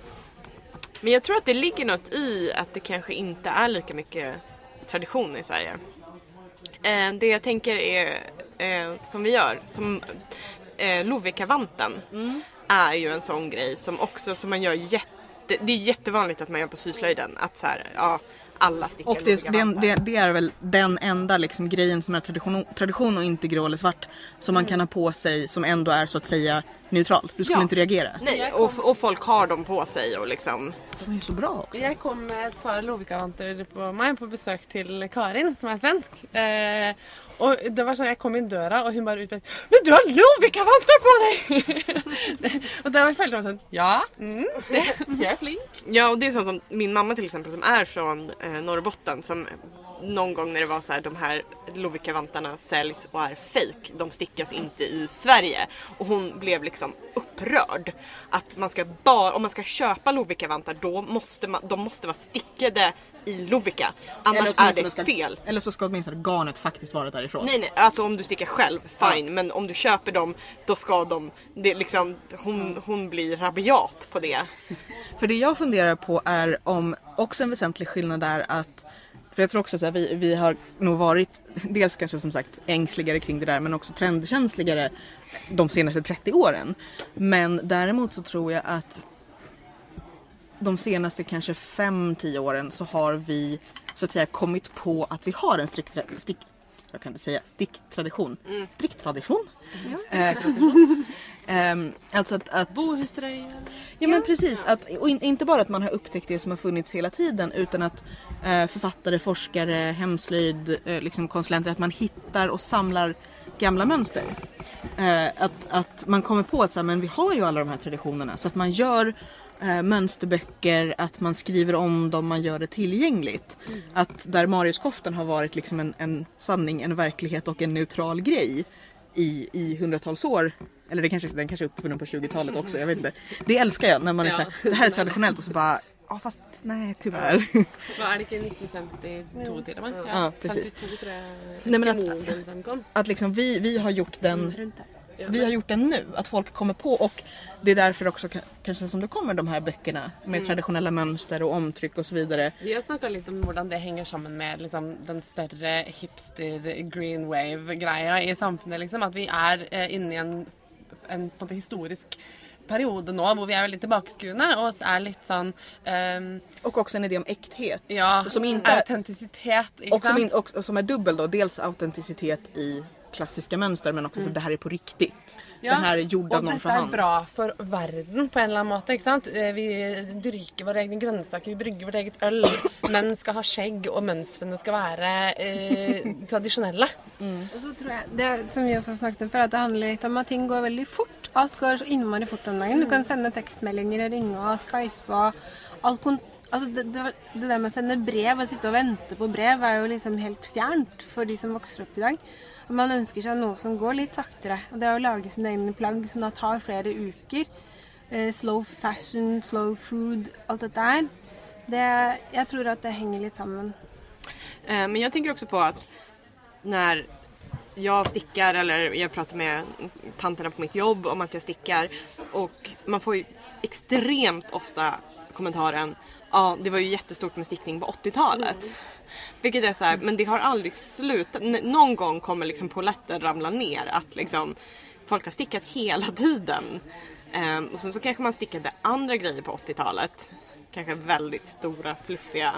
Men jag tror att det ligger något i att det kanske inte är lika mycket tradition i Sverige. Eh, det jag tänker är eh, som vi gör, som eh, Lovikkavanten mm. är ju en sån grej som också som man gör jätte, det är jättevanligt att man gör på syslöjden att så här, ja, alla stickar. Och det, det, det, det är väl den enda liksom grejen som är tradition, tradition och inte grå eller svart som man mm. kan ha på sig som ändå är så att säga neutral. Du skulle ja. inte reagera. Nej, och, och folk har dem på sig och liksom. De är ju så bra också. Jag kom med ett par Lovikkavanter på mig på besök till Karin som är svensk. Eh, och det var så att jag kom in dörra och hon bara utbjöd, men du har Lovikkavanter på dig! och där var jag sån, ja, mm, jag är flink. Ja, och det är sånt som min mamma till exempel som är från eh, Norrbotten som någon gång när det var så här, de här Lovikkavantarna säljs och är fake. De stickas inte i Sverige. Och hon blev liksom upprörd. Att man ska bara, om man ska köpa Lovikkavantar, då måste man, de måste vara stickade i Lovikka. Annars är det ska, fel. Eller så ska åtminstone garnet faktiskt vara därifrån. Nej, nej, alltså om du stickar själv, fine. Ja. Men om du köper dem, då ska de, det liksom, hon, hon blir rabiat på det. För det jag funderar på är om också en väsentlig skillnad är att, för jag tror också att vi, vi har nog varit dels kanske som sagt ängsligare kring det där, men också trendkänsligare de senaste trettio åren. Men däremot så tror jag att de senaste kanske fem till tio åren så har vi så att säga kommit på att vi har en strikt stick, jag kan inte säga sticktradition. Mm. Strikttradition. Mm. Eh, eh, alltså att, att bohuströja. Ja men precis, att, och in, inte bara att man har upptäckt det som har funnits hela tiden, utan att eh, författare, forskare, hemslöjd, eh, liksom konsulenter, att man hittar och samlar gamla mönster. Eh, att, att man kommer på att så här, men vi har ju alla de här traditionerna, så att man gör eh, mönsterböcker, att man skriver om dem, man gör det tillgängligt. Mm. Att där Mariuskoftan har varit liksom en, en sanning, en verklighet och en neutral grej i, i hundratals år. Eller det kanske, den kanske är uppfunnen på tjugotalet också, jag vet inte. Det älskar jag när man är ja. så här, det här är traditionellt och så bara, ja fast nej tyvärr. Vad är det inte nitton femtiotvå till och med? Ja, ja precis. femtiotvå tror jag. Nej, men att, att liksom vi, vi har gjort den vi har gjort den nu, att folk kommer på, och det är därför också kanske som det kommer de här böckerna med mm. traditionella mönster och omtryck och så vidare. Vi har snackat lite om hur det hänger samman med liksom, den större hipster green wave greia i samfunnet, liksom, att vi är eh, inne i en, en på en historisk period nu, hvor vi är väldigt tillbakaskuende och är lite sån um, och också en idé om äkthet. Ja, som inte autenticitet, och som, in, och som är dubbel då, dels autenticitet i klassiska mönster, men också mm. så det här är på riktigt. Ja, den här är gjord av någon för hand. Och det är bra för världen på en eller annan måte, inte sant? Vi dyrker våra egna grönsaker, vi brygger vårt eget öl, men ska ha skägg och mönstren ska vara eh, traditionella. Mm. Och så tror jag, det är, som vi också har snackat om för, att det handlar lite om att ting går väldigt fort. Allt går så inmari fort om dagen. Mm. Du kan sända textmeldinger, ringa, skypa, allt kont- alltså det, det, det där med att sända brev och sitta och vänta på brev är ju liksom helt fjärnt för de som växer upp idag. Man önskar sig något som går lite saktere. Och det är att laga sina egna plagg som tar flera uker. Eh, slow fashion, slow food, allt det där. Det, jag tror att det hänger lite samman. Eh, men jag tänker också på att när jag stickar, eller jag pratar med tanterna på mitt jobb om att jag stickar, och man får ju extremt ofta kommentaren, ja, det var ju jättestort med stickning på åttiotalet. Mm. Vilket är så här, men det har aldrig slutat. N- någon gång kommer liksom poletten ramla ner. Att liksom, folk har stickat hela tiden. Um, och sen så kanske man stickade andra grejer på åttiotalet. Kanske väldigt stora, fluffiga.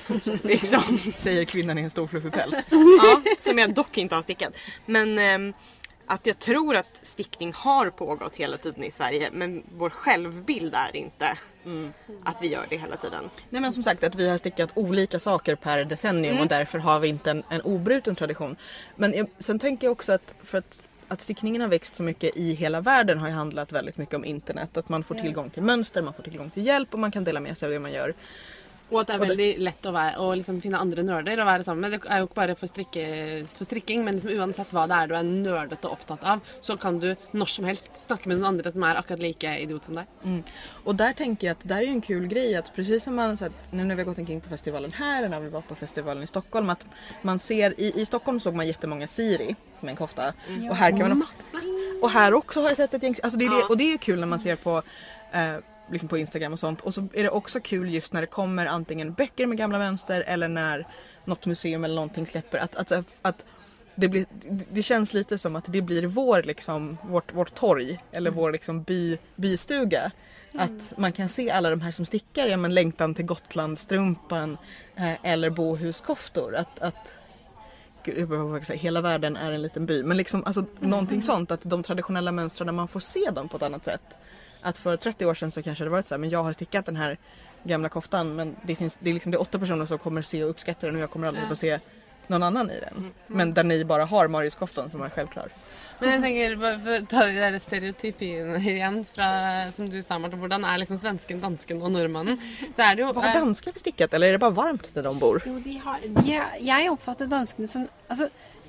Liksom. Säger kvinnan i en stor fluffig päls. Ja, som jag dock inte har stickat. Men um, att jag tror att stickning har pågått hela tiden i Sverige, men vår självbild är inte mm. att vi gör det hela tiden. Nej, men som sagt att vi har stickat olika saker per decennium mm. och därför har vi inte en, en obruten tradition. Men jag, sen tänker jag också att för att, att stickningen har växt så mycket i hela världen har ju handlat väldigt mycket om internet. Att man får tillgång till mönster, man får tillgång till hjälp och man kan dela med sig av det man gör. Och att det är väldigt lätt att, vara, att liksom finna andra nörder och vara sammen med. Det är ju inte bara för, strikke, för strikking, men liksom oavsett vad det är du är nördet och upptatt av, så kan du när som helst snacka med någon andra som är akkurat lika idiot som dig. Mm. Och där tänker jag att där är ju en kul grej att precis som man sett nu när vi har gått omkring på festivalen här och när vi var på festivalen i Stockholm, att man ser i, i Stockholm såg man jättemånga Siri som en kofta mm. och här kan man också, och här också har jag sett ett gäng, alltså det är det, och det är ju kul när man ser på eh, liksom på Instagram och sånt. Och så är det också kul just när det kommer antingen böcker med gamla mönster eller när något museum eller någonting släpper. Att, att, att det, blir, det känns lite som att det blir vår, liksom, vårt, vårt torg eller mm. vår liksom, by, bystuga. Mm. Att man kan se alla de här som stickar, ja, men längtan till Gotlandstrumpan eh, eller bohuskoftor. Att, att gud, jag behöver säga, hela världen är en liten by. Men liksom, alltså, mm. någonting sånt, att de traditionella mönstren, man får se dem på ett annat sätt. Att för trettio år sedan så kanske det varit så här, men jag har stickat den här gamla koftan, men det finns det är liksom det är åtta personer som kommer se och uppskatta den och jag kommer aldrig ja. få se någon annan i den. Mm. Men där ni bara har Mariuskoftan som är självklar. Men jeg tenker, for å ta de der stereotypene igjen fra, som du sa, Martin, hvordan er liksom svensken, dansken og nordmannen? Så er det jo... Vad har danskar för stickat, eller är det bara varmt där de bor? Jo, de har, de er, jeg oppfatter danskene som, altså,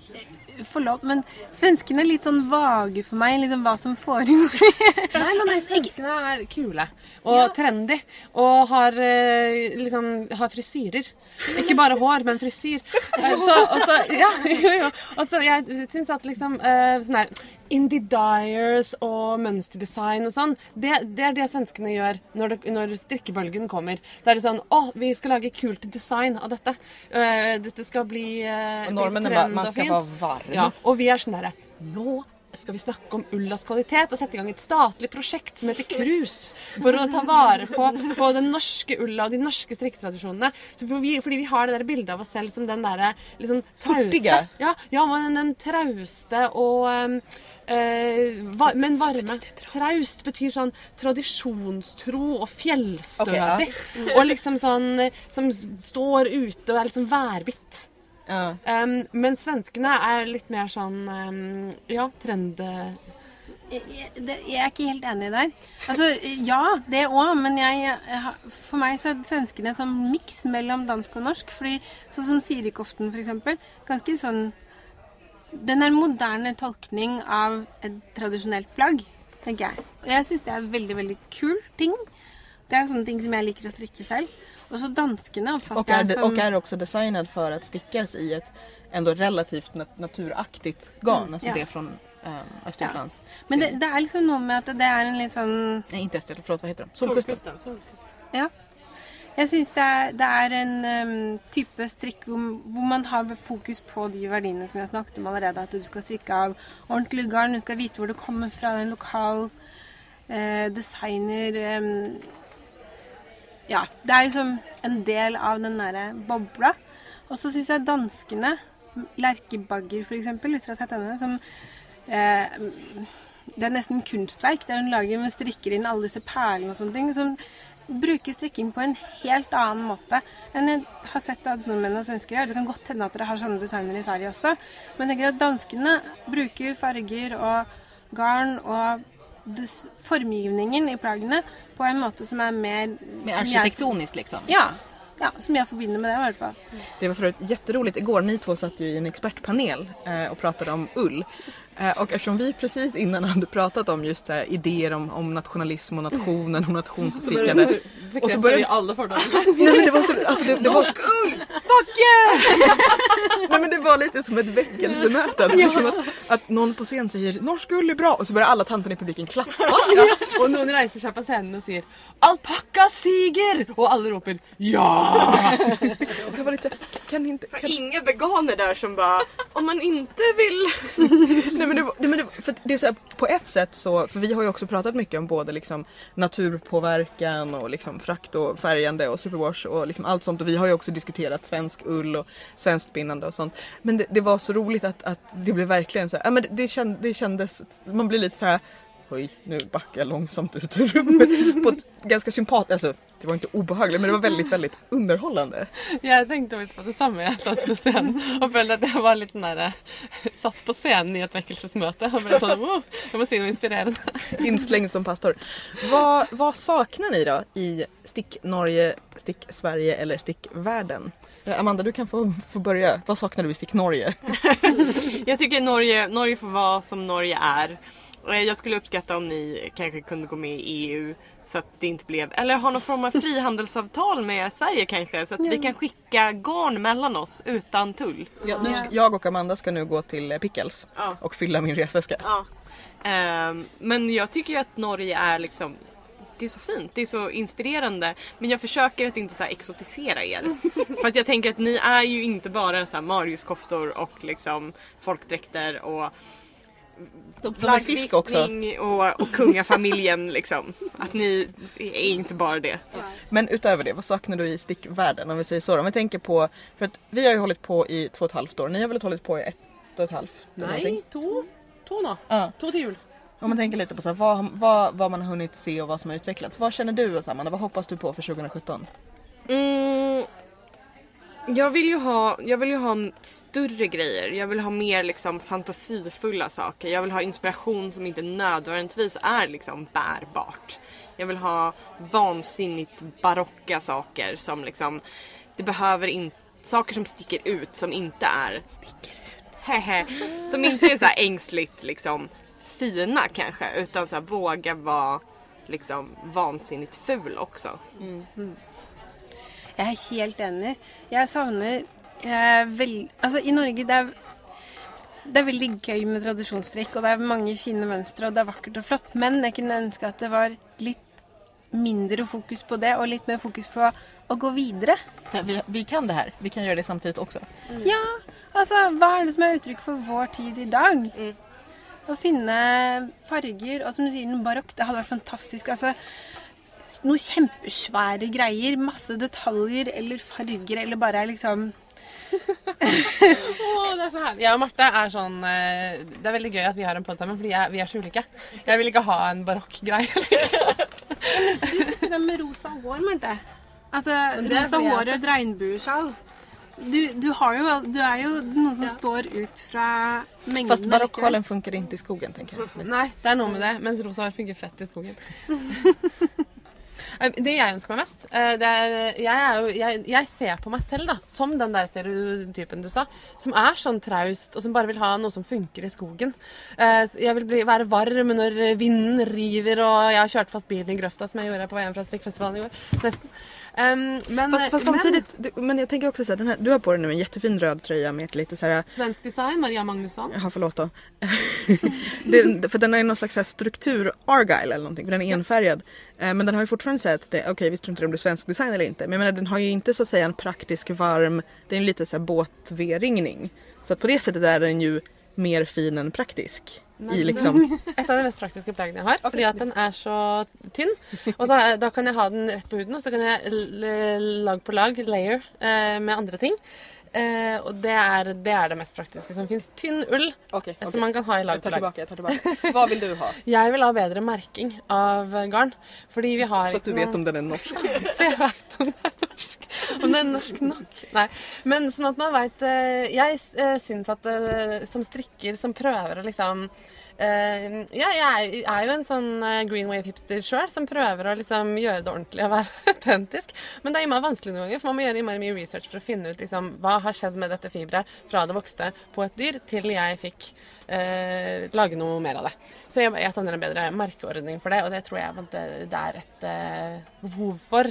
forlåt, men svenskene er litt sånn vage for meg, liksom hva som foregår. Nei, men nei, svenskene er kule og ja. trendy, og har, liksom, har frisyrer. Ikke bare hår, men frisyr. Så, og så, ja, jo, jo. Og så, jeg synes at liksom, sånn her, indie dyers og mønsterdesign og sånn, det, det er det svenskene gjør når, det, når strikkebølgen kommer. Det er sånn, å, vi skal lage kult design av dette. Uh, dette skal bli, uh, bli trend og fint. Man skal være varm. Ja, og vi er sånn der, nå skal vi snakke om ullas kvalitet og sette i gang et statlig prosjekt som heter Krus for å ta vare på, på den norske ulla og de norske strikketradisjonene. Så for vi, fordi vi har det der bildet av oss selv som den der liksom trauste. Ja, ja, men den trauste og um, uh, va, men varme. Traust betyr sånn tradisjonstro og fjellstødig. Okay, ja. Og liksom sånn som står ute og er liksom værbitt. Ja. Um, men svenskene er litt mer sånn um, ja, trend. Jeg, jeg, jeg er ikke helt enig der. Altså, ja, det også, men jeg, jeg, for meg så er svenskene en sånn mix mellom dansk og norsk, fordi sånn som Sirikoften for eksempel, ganske sånn, den er en moderne tolkning av et tradisjonelt plagg, tenker jeg. Og jeg synes det er veldig, veldig kul ting. Det er jo sånne ting som jeg liker å strikke selv. Och så danskarna och är, det, som... och är också designad för att stickas i ett ändå relativt nat- naturaktigt garn. Mm, alltså ja. Det från um, Östergötlands. Ja. Men det, det är liksom något med att det är en lite sån... Nej, inte Östergötland, förlåt, vad heter de? Solkusten. Ja. Jag syns det är, det är en um, typ strick hvor, hvor man har fokus på de värdena som jag snakket om allerede. Att du ska stricka av ordentlig garn, du ska veta var det kommer från, en lokal eh, designer... Um, Ja, det er liksom en del av den der bobla. Og så synes jeg danskene, Lerkebagger for eksempel, hvis dere har sett henne, som, eh, det er nesten kunstverk, der hun lager med strikker inn alle disse perlene og sånne ting, som bruker strikking på en helt annen måte enn jeg har sett at nordmenn og svensker gjør. Det kan godt hende at dere har sånne designer i Sverige også, men jeg tenker at danskene bruker farger og garn og des, formgivningen i plaggene på en måte som är mer... Mer arkitektonisk liksom. Ja, ja, som jag förbinder med det i alla fall. Det var förut jätteroligt. Igår, ni två satt ju i en expertpanel eh, och pratade om ull. Eh, och eftersom vi precis innan hade pratat om just eh, idéer om, om nationalism och nationen och nationsstickande. Och så började vi alla för dem. Nej, men det var så... Alltså, det, det var så... ull! Fuck yeah! Nej, men det var lite som ett väckelsemöte. Att, liksom att, att någon på scen säger norsk ull är bra. Och så börjar alla tanterna i publiken klappa. Ja. Och någon reser sig på scenen och säger alpaka siger! Och alla ropar ja! Jag var lite kan inte... Kan... Inga veganer där som bara, om man inte vill... Nej, men det, det, men det, för det är så här, på ett sätt så, för vi har ju också pratat mycket om både liksom naturpåverkan och liksom frakt och färgande och superwash och liksom allt sånt, och vi har ju också diskuterat svensk ull och svenskt binnande och sånt. Men det, det var så roligt att, att det blev verkligen så här, ja, men det, det, känd, det kändes, man blir lite så här, oj, nu backar jag långsamt ut ur rummet på ett ganska sympatiskt, alltså det var inte obehagligt, men det var väldigt, väldigt underhållande. Jag tänkte också på det samma, jag satt på scen och följde att jag var lite nära, satt på scen i ett väckelsesmöte och blev sådär, oh, jag måste se och inspirera. Inslängd som pastor. Vad, vad saknar ni då i Stick Norge, Stick Sverige eller Stick Världen? Amanda, du kan få, få börja. Vad saknar du i Stick Norge? Jag tycker Norge, Norge får vara som Norge är. Jag skulle uppskatta om ni kanske kunde gå med i E U så att det inte blev, eller ha någon form av frihandelsavtal med Sverige kanske, så att vi kan skicka garn mellan oss utan tull. Ja, nu ska, jag och Amanda ska nu gå till Pickles ja. och fylla min resväska. Ja. Um, men jag tycker ju att Norge är liksom, det är så fint, det är så inspirerande, men jag försöker att inte så här exotisera er. För att jag tänker att ni är ju inte bara så här Mariuskoftor och liksom folkdräkter och flaggfisk också och, och kungafamiljen liksom. Att ni är inte bara det. Men utöver det, vad saknar du i stickvärlden om vi säger så? Om vi tänker på, för att vi har ju hållit på i två och ett halvt år. Ni har väl hållit på i ett och ett halvt? Nej, två. Två då. Ja. Två till jul. Om man tänker lite på så här, vad, vad, vad man har hunnit se och vad som har utvecklats. Vad känner du, Amanda? Vad hoppas du på för tjugo sjutton? Mm. Jag vill ju ha, jag vill ju ha större grejer. Jag vill ha mer liksom fantasifulla saker. Jag vill ha inspiration som inte nödvändigtvis är liksom bärbart. Jag vill ha vansinnigt barocka saker som liksom, det behöver inte, saker som sticker ut som inte är sticker ut. Hehe. Som inte är så här ängsligt liksom fina kanske, utan så här våga vara liksom vansinnigt ful också. Mm. Mm. Jeg er helt enig. Jeg savner jeg vel, altså i Norge det er, det er veldig gøy med tradisjonstrekk, og det er mange fine mønstre, og det er vakkert og flott, men jeg kunne ønske at det var litt mindre fokus på det, og litt mer fokus på å gå videre. Så vi, vi kan det här, vi kan göra det samtidigt också. Mm. Ja, altså hva er det som er uttrykk for vår tid i dag? Mm. Å finne farger, og som du sier, noe barokk, det hadde vært fantastisk, altså noen kjempesvære greier, masse detaljer eller farger, eller bare liksom... oh, det er så herlig. Jeg og Marte er sånn, det er veldig gøy at vi har en podd sammen, fordi jeg, vi er så ulike. Jeg vil ikke ha en barokk-greie, liksom. Du sitter der med rosa hår, Marte. Altså, rosa hår og et regnbuesjal. Du, du, har jo, du er jo noen som ja. står ut fra mengden. Fast barokksjalen funkar inte i skogen, tänker jag. Nej, det er noe med det, mens rosa hår funker fett i skogen. Det jeg ønsker meg mest, det er, jeg, er jo, jeg, jeg ser på meg selv da, som den der stereotypen du sa, som er sånn traust, og som bare vil ha noe som funker i skogen. Jeg vil bli, være varm når vinden river, og jeg har kjørt fast bilen i grøfta, som jeg gjorde på en fra strikkfestivalen i år, nesten. Um, men, fast, fast samtidigt, men, du, men jag tänker också så här, den här, du har på dig nu en jättefin röd tröja med lite så här... Svensk design, Maria Magnusson. Jaha, förlåt då. det, för den är någon slags så här struktur Argyle eller någonting, för den är enfärgad. Eh, men den har ju fortfarande sagt att det, okej, okay, visst tror inte om det är svensk design eller inte. Men jag menar, den har ju inte så att säga en praktisk varm, det är en lite så här båt-V-ringning. Så att på det sättet är den ju mer fin än praktisk. I liksom... Et av de mest praktiske plaggene jeg har, okay. Fordi at den er så tynn. Og så, da kan jeg ha den rett på huden, og så kan jeg lag på lag, layer, eh, med andre ting. Eh, og det er, det er det mest praktiske som finnes. Tynn ull, okay, okay. Som man kan ha i lag på lag. Jeg tar tilbake. Hva vil du ha? Jeg vil ha bedre merking av garn. Fordi vi har så at du vet noen... om den er norsk. Så jeg vet om den er norsk. Om den er norsk nok. Nei. Men sånn at man vet... Jeg synes at som strikker, som prøver å liksom... Uh, ja, jeg er jo en sånn uh, green wave hipster selv som prøver å liksom gjøre det ordentlig og være autentisk, men det er immer vanskelig noen ganger, for man må gjøre immer mye research for å finne ut liksom, hva har skjedd med dette fibret fra det vokste på et dyr til jeg fikk uh, lage noe mer av det. Så jeg, jeg savner en bedre merkeordning for det, og det tror jeg at det, det er et uh, behov for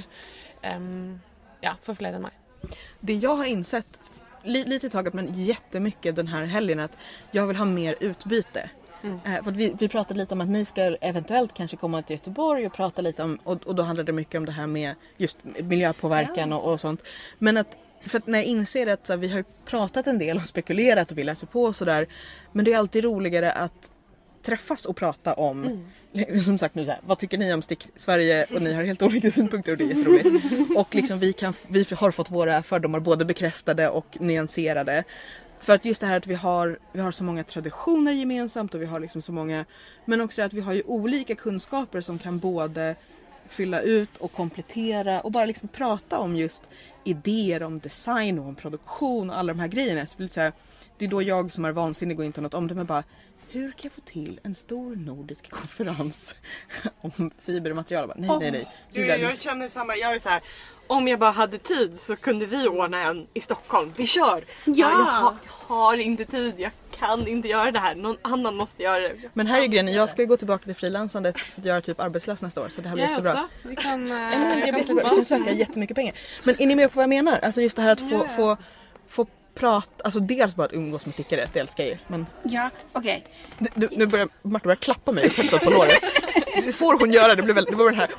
um, ja, for flere enn meg. Det jag har insett lite taget men jättemycket den här helgen att jag vill ha mer utbyte. Mm. Eh, för att vi, vi pratade lite om att ni ska eventuellt kanske komma till Göteborg och prata lite om, och, och då handlar det mycket om det här med just miljöpåverkan ja. och, och sånt. Men att, för att när jag inser att så här, vi har pratat en del och spekulerat och vi läser på och sådär, men det är alltid roligare att träffas och prata om mm. som sagt nu så här, vad tycker ni om Stick Sverige, och ni har helt olika synpunkter och det är jätteroligt. Och liksom vi, kan, vi har fått våra fördomar både bekräftade och nyanserade. För att just det här att vi har, vi har så många traditioner gemensamt och vi har liksom så många, men också att vi har ju olika kunskaper som kan både fylla ut och komplettera och bara liksom prata om just idéer om design och om produktion och alla de här grejerna. Så det, så här, det är då jag som är vansinnig och inte har något om det, men bara hur kan jag få till en stor nordisk konferens om fibermaterial? Bara, nej, oh. nej, nej. Du, jag känner samma, jag är så här, om jag bara hade tid så kunde vi ordna en i Stockholm. Vi kör! Ja. Jag, har, jag har inte tid, jag kan inte göra det här. Någon annan måste göra det. Men här är grejen, jag ska ju gå tillbaka till frilansandet så att jag är typ arbetslös nästa år. Så det här blir jag jättebra. Också. Vi kan, äh, ja, men det blir jättebra. Vi kan söka jättemycket pengar. Men är ni med på vad jag menar? Alltså just det här att få, yeah. få, få prata, alltså dels bara att umgås med stickare, det älskar jag ju. Men... Ja, okej. Okay. Du, nu börjar Marta börja klappa mig och på låret. Det får hon göra, det blir väl det var den här.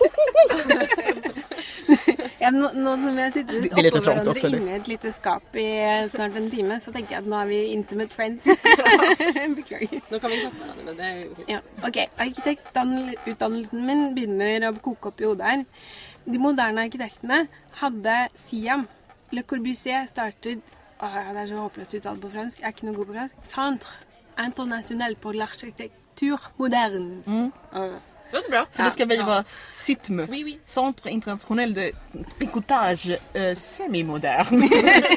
Ja, nå, nå som jeg sitter litt oppå hverandre inne i et lite skap i snart en time, så tenker jeg at nå er vi intimate friends. Beklager. Nå kan vi klappe hverandre. Det er jo ja, ok. Arkitektutdannelsen min begynner å koke opp i hodet her. De moderne arkitektene hadde Siam. Le Corbusier startet, åh, det er så håpløst uttalt på fransk, jeg er ikke noe god på fransk, Centre International pour l'Architecture Moderne. Mm. Uh, Det låter bra. Så då ska vi vara C I T M, Oui, oui. Centre International de Tricotage euh, Semi-Moderne.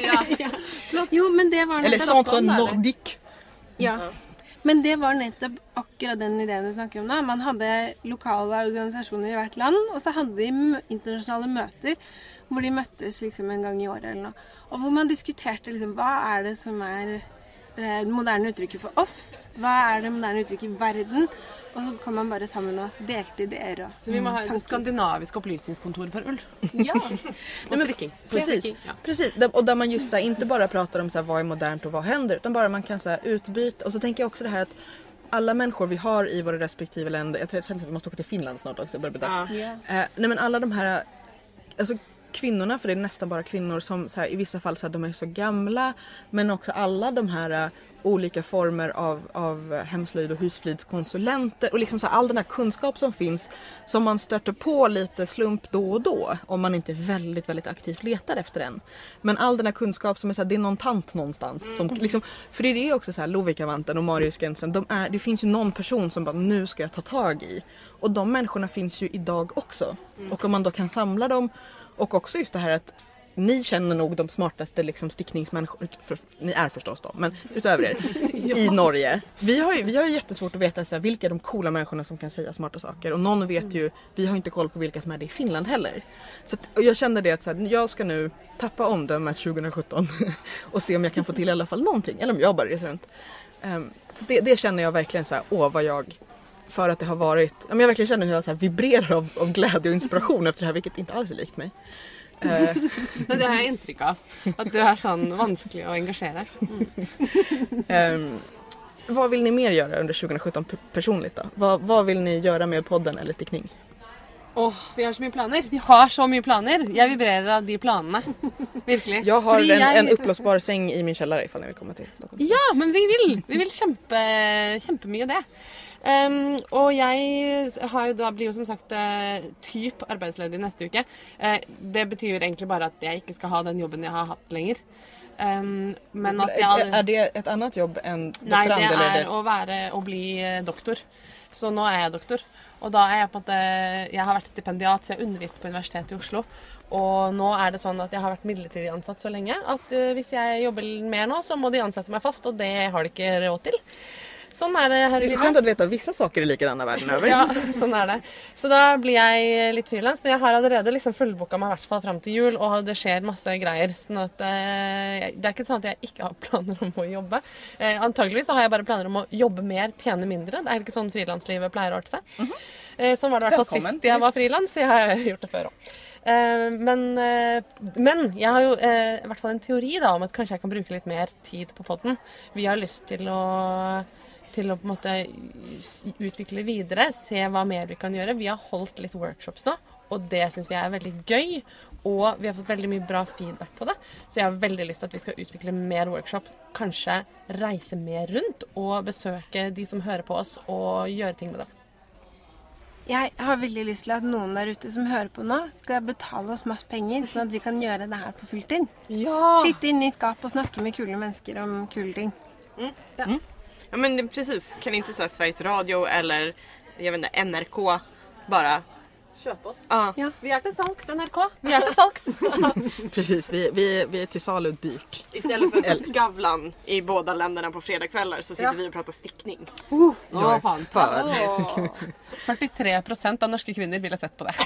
Jo, men det var Eller nettopp, Centre Nordique. ja. Men det var nettopp akkurat den ideen du snakker om da. Man hadde lokale organisasjoner i hvert land, og så hadde de mø- internasjonale møter hvor de møttes liksom en gang i året eller noe. Og hvor man diskuterte liksom, hva er det som er eh, det moderne uttrykket for oss? Hva er det moderne uttrykket i verden? Og så kom man bare sammen og delte ideer og Så vi må ha det tanker. skandinaviska upplysningskontoret för ull. Ja. Och stricking. Precis, Stricking, ja. precis. Där- och där man just så här, inte bara pratar om så här, vad är modernt och vad händer, utan bara man kan så här, utbyta. Och så tänker jag också det här att alla människor vi har i våra respektive länder, jag tror att vi måste åka till Finland snart också, det börjar bli dags. Ja. Eh, nej men alla de här, alltså kvinnorna, för det är nästan bara kvinnor som så här, i vissa fall så här, de är så gamla, men också alla de här eh, olika former av, av hemslöjd och husflidskonsulenter och liksom så här, all den här kunskap som finns som man stöter på lite slump då och då om man inte väldigt, väldigt aktivt letar efter den. Men all den här kunskap som är så här, det är någon tant någonstans. Som, liksom, för det är det också så här, Lovikkavanten och Mariusgränsen, de är, det finns ju någon person som bara, nu ska jag ta tag i. Och de människorna finns ju idag också. Och om man då kan samla dem, och också just det här att ni känner nog de smartaste liksom, stickningsmänniskor, för, ni är förstås då, men utöver er, i Norge. Vi har ju, vi har ju jättesvårt att veta så här, vilka är de coola människorna som kan säga smarta saker. Och någon vet ju, vi har inte koll på vilka som är det i Finland heller. Så att, och jag kände det att så här, jag ska nu tappa omdömet tjugo sjutton och se om jag kan få till i alla fall någonting. Eller om jag bara reser runt. Um, så det, det känner jag verkligen så här, åh vad jag... För att det har varit... Ja, men jag verkligen känner hur jag så här vibrerar av, av glädje och inspiration efter det här, vilket inte alls är likt mig. Uh, Men det har jag intryck av. Att du är sån vansklig att engagera. Mm. um, vad vill ni mer göra under tjugo sjutton p- personligt då? Vad, vad vill ni göra med podden eller stickning? Åh, vi har så mycket planer. Vi har så mycket planer. Jag vibrerar av de planerna. Verkligen. Jag har Fordi en, jeg- en uppblåsbar säng i min källare ifall ni vill komma till Stockholm. Ja, men vi vill. Vi vill kjempe, kjempemye det. Um, og jeg har jo da, blir jo som sagt uh, typ arbeidsledig neste uke. Uh, det betyr egentlig bare at jeg ikke skal ha den jobben jeg har hatt lenger. Um, men at jeg Är, är det ett annat jobb än Nei, doktorand? det eller er å være å bli eh, doktor. Så nå er jeg doktor. Og da er jeg på en måte Jeg har vært stipendiat, så jeg underviste på Universitetet i Oslo. Og nå er det sånn at jeg har vært midlertidig ansatt så lenge at uh, hvis jeg jobber mer nå, så må de ansette meg fast, og det har de ikke råd til. Sånn er det her i Det är skönt livet. att veta att vissa saker är likadana världen över. Ja, sånn er det. Så da blir jeg litt frilans, men jeg har allerede liksom fullboka meg i hvert fall fram til jul, og det skjer masse greier. Sånn at eh, det er ikke sånn at jeg ikke har planer om å jobbe. Eh, antageligvis så har jeg bare planer om å jobbe mer, tjene mindre. Det er ikke sånn frilanslivet pleier å arte seg. Mm-hmm. eh, sånn var det i hvert fall Velkommen. sist jeg var frilans. Jeg har gjort det før også. Eh, men, eh, men jeg har jo eh, i hvert fall en teori da, om at kanskje jeg kan bruke litt mer tid på podden. Vi har lyst til å til å på en måte utvikle videre, se hva mer vi kan gjøre. Vi har holdt litt workshops nå, og det synes vi er veldig gøy, og vi har fått veldig mye bra feedback på det. Så jeg har veldig lyst til at vi skal utvikle mer workshop, kanskje reise mer rundt og besøke de som hører på oss og gjøre ting med dem. Jeg har veldig lyst til at noen der ute som hører på nå, skal betale oss masse penger, sånn at vi kan gjøre det her på fulltid. Ja! Sitte inne i skap og snakke med kule mennesker om kule ting. Ja men det- precis, kan inte så här Sveriges Radio eller jag vet inte, N R K bara. Kjøp oss. Ja. Ja. Vi er til salgs, N R K. Vi er til salgs. Precis, vi, vi, vi är till salu dyrt. Istället för så här Skavlan i båda länderna på fredagskvällar så sitter Ja. vi och pratar stickning. Uh, Jag å, är faen. för. førtitre prosent av norske kvinner ville sett på det.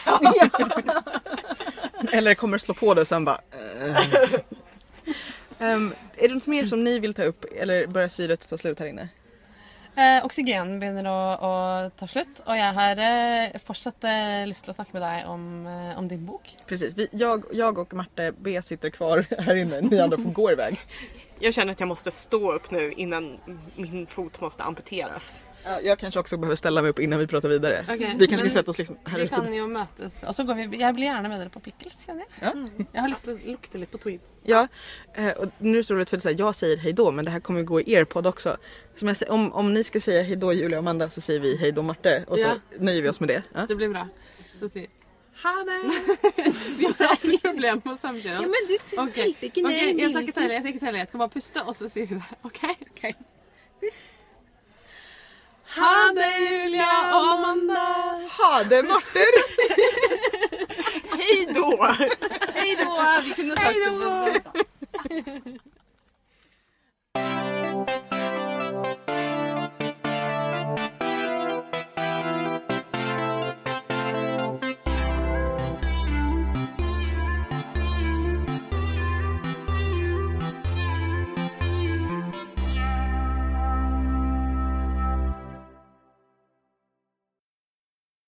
Eller kommer slå på det och sen bara... eh. um, är det något mer som ni vill ta upp? Eller börjar syret ta slut här inne? Eh, oksygen begynner å, å ta slutt, og jeg har eh, fortsatt eh, lyst til å snakke med deg om, eh, om din bok. Precis, vi, jag, jag och Marte B sitter kvar här inne. Ni andra får gå iväg. Jag känner att jag måste stå upp nu innan min fot måste amputeras. Ja, jag kanske också behöver ställa mig upp innan vi pratar vidare. Okej, vi kanske men ska sätta oss liksom här Vi ute. kan jo møtes, og så går vi, jeg blir gjerne med dere på pickles, kjenner jeg. Ja. Mm. Jeg har lyst til å lukte litt på tweed. Ja, eh, och nu står det för att jag säger hej då, men det här kommer ju gå i er podd också. Som jag säger, om, om ni ska säga hej då Julia och Amanda så säger vi hej då Marte och så Ja. nöjer vi oss med det. Ja. Det blir bra. Så sier vi. Ha det! Vi har alltid problem med å samkjøre Ja, oss. men du Ok, telte ikke ned ok, jeg skal ikke lidelsen. telle, jeg skal ikke telle, jeg skal bare puste, og så sier vi det. Ok? Ok. Ha det Julia och Amanda. Ha det Martin. Hej då! Hej då. Vi kunde sagt det.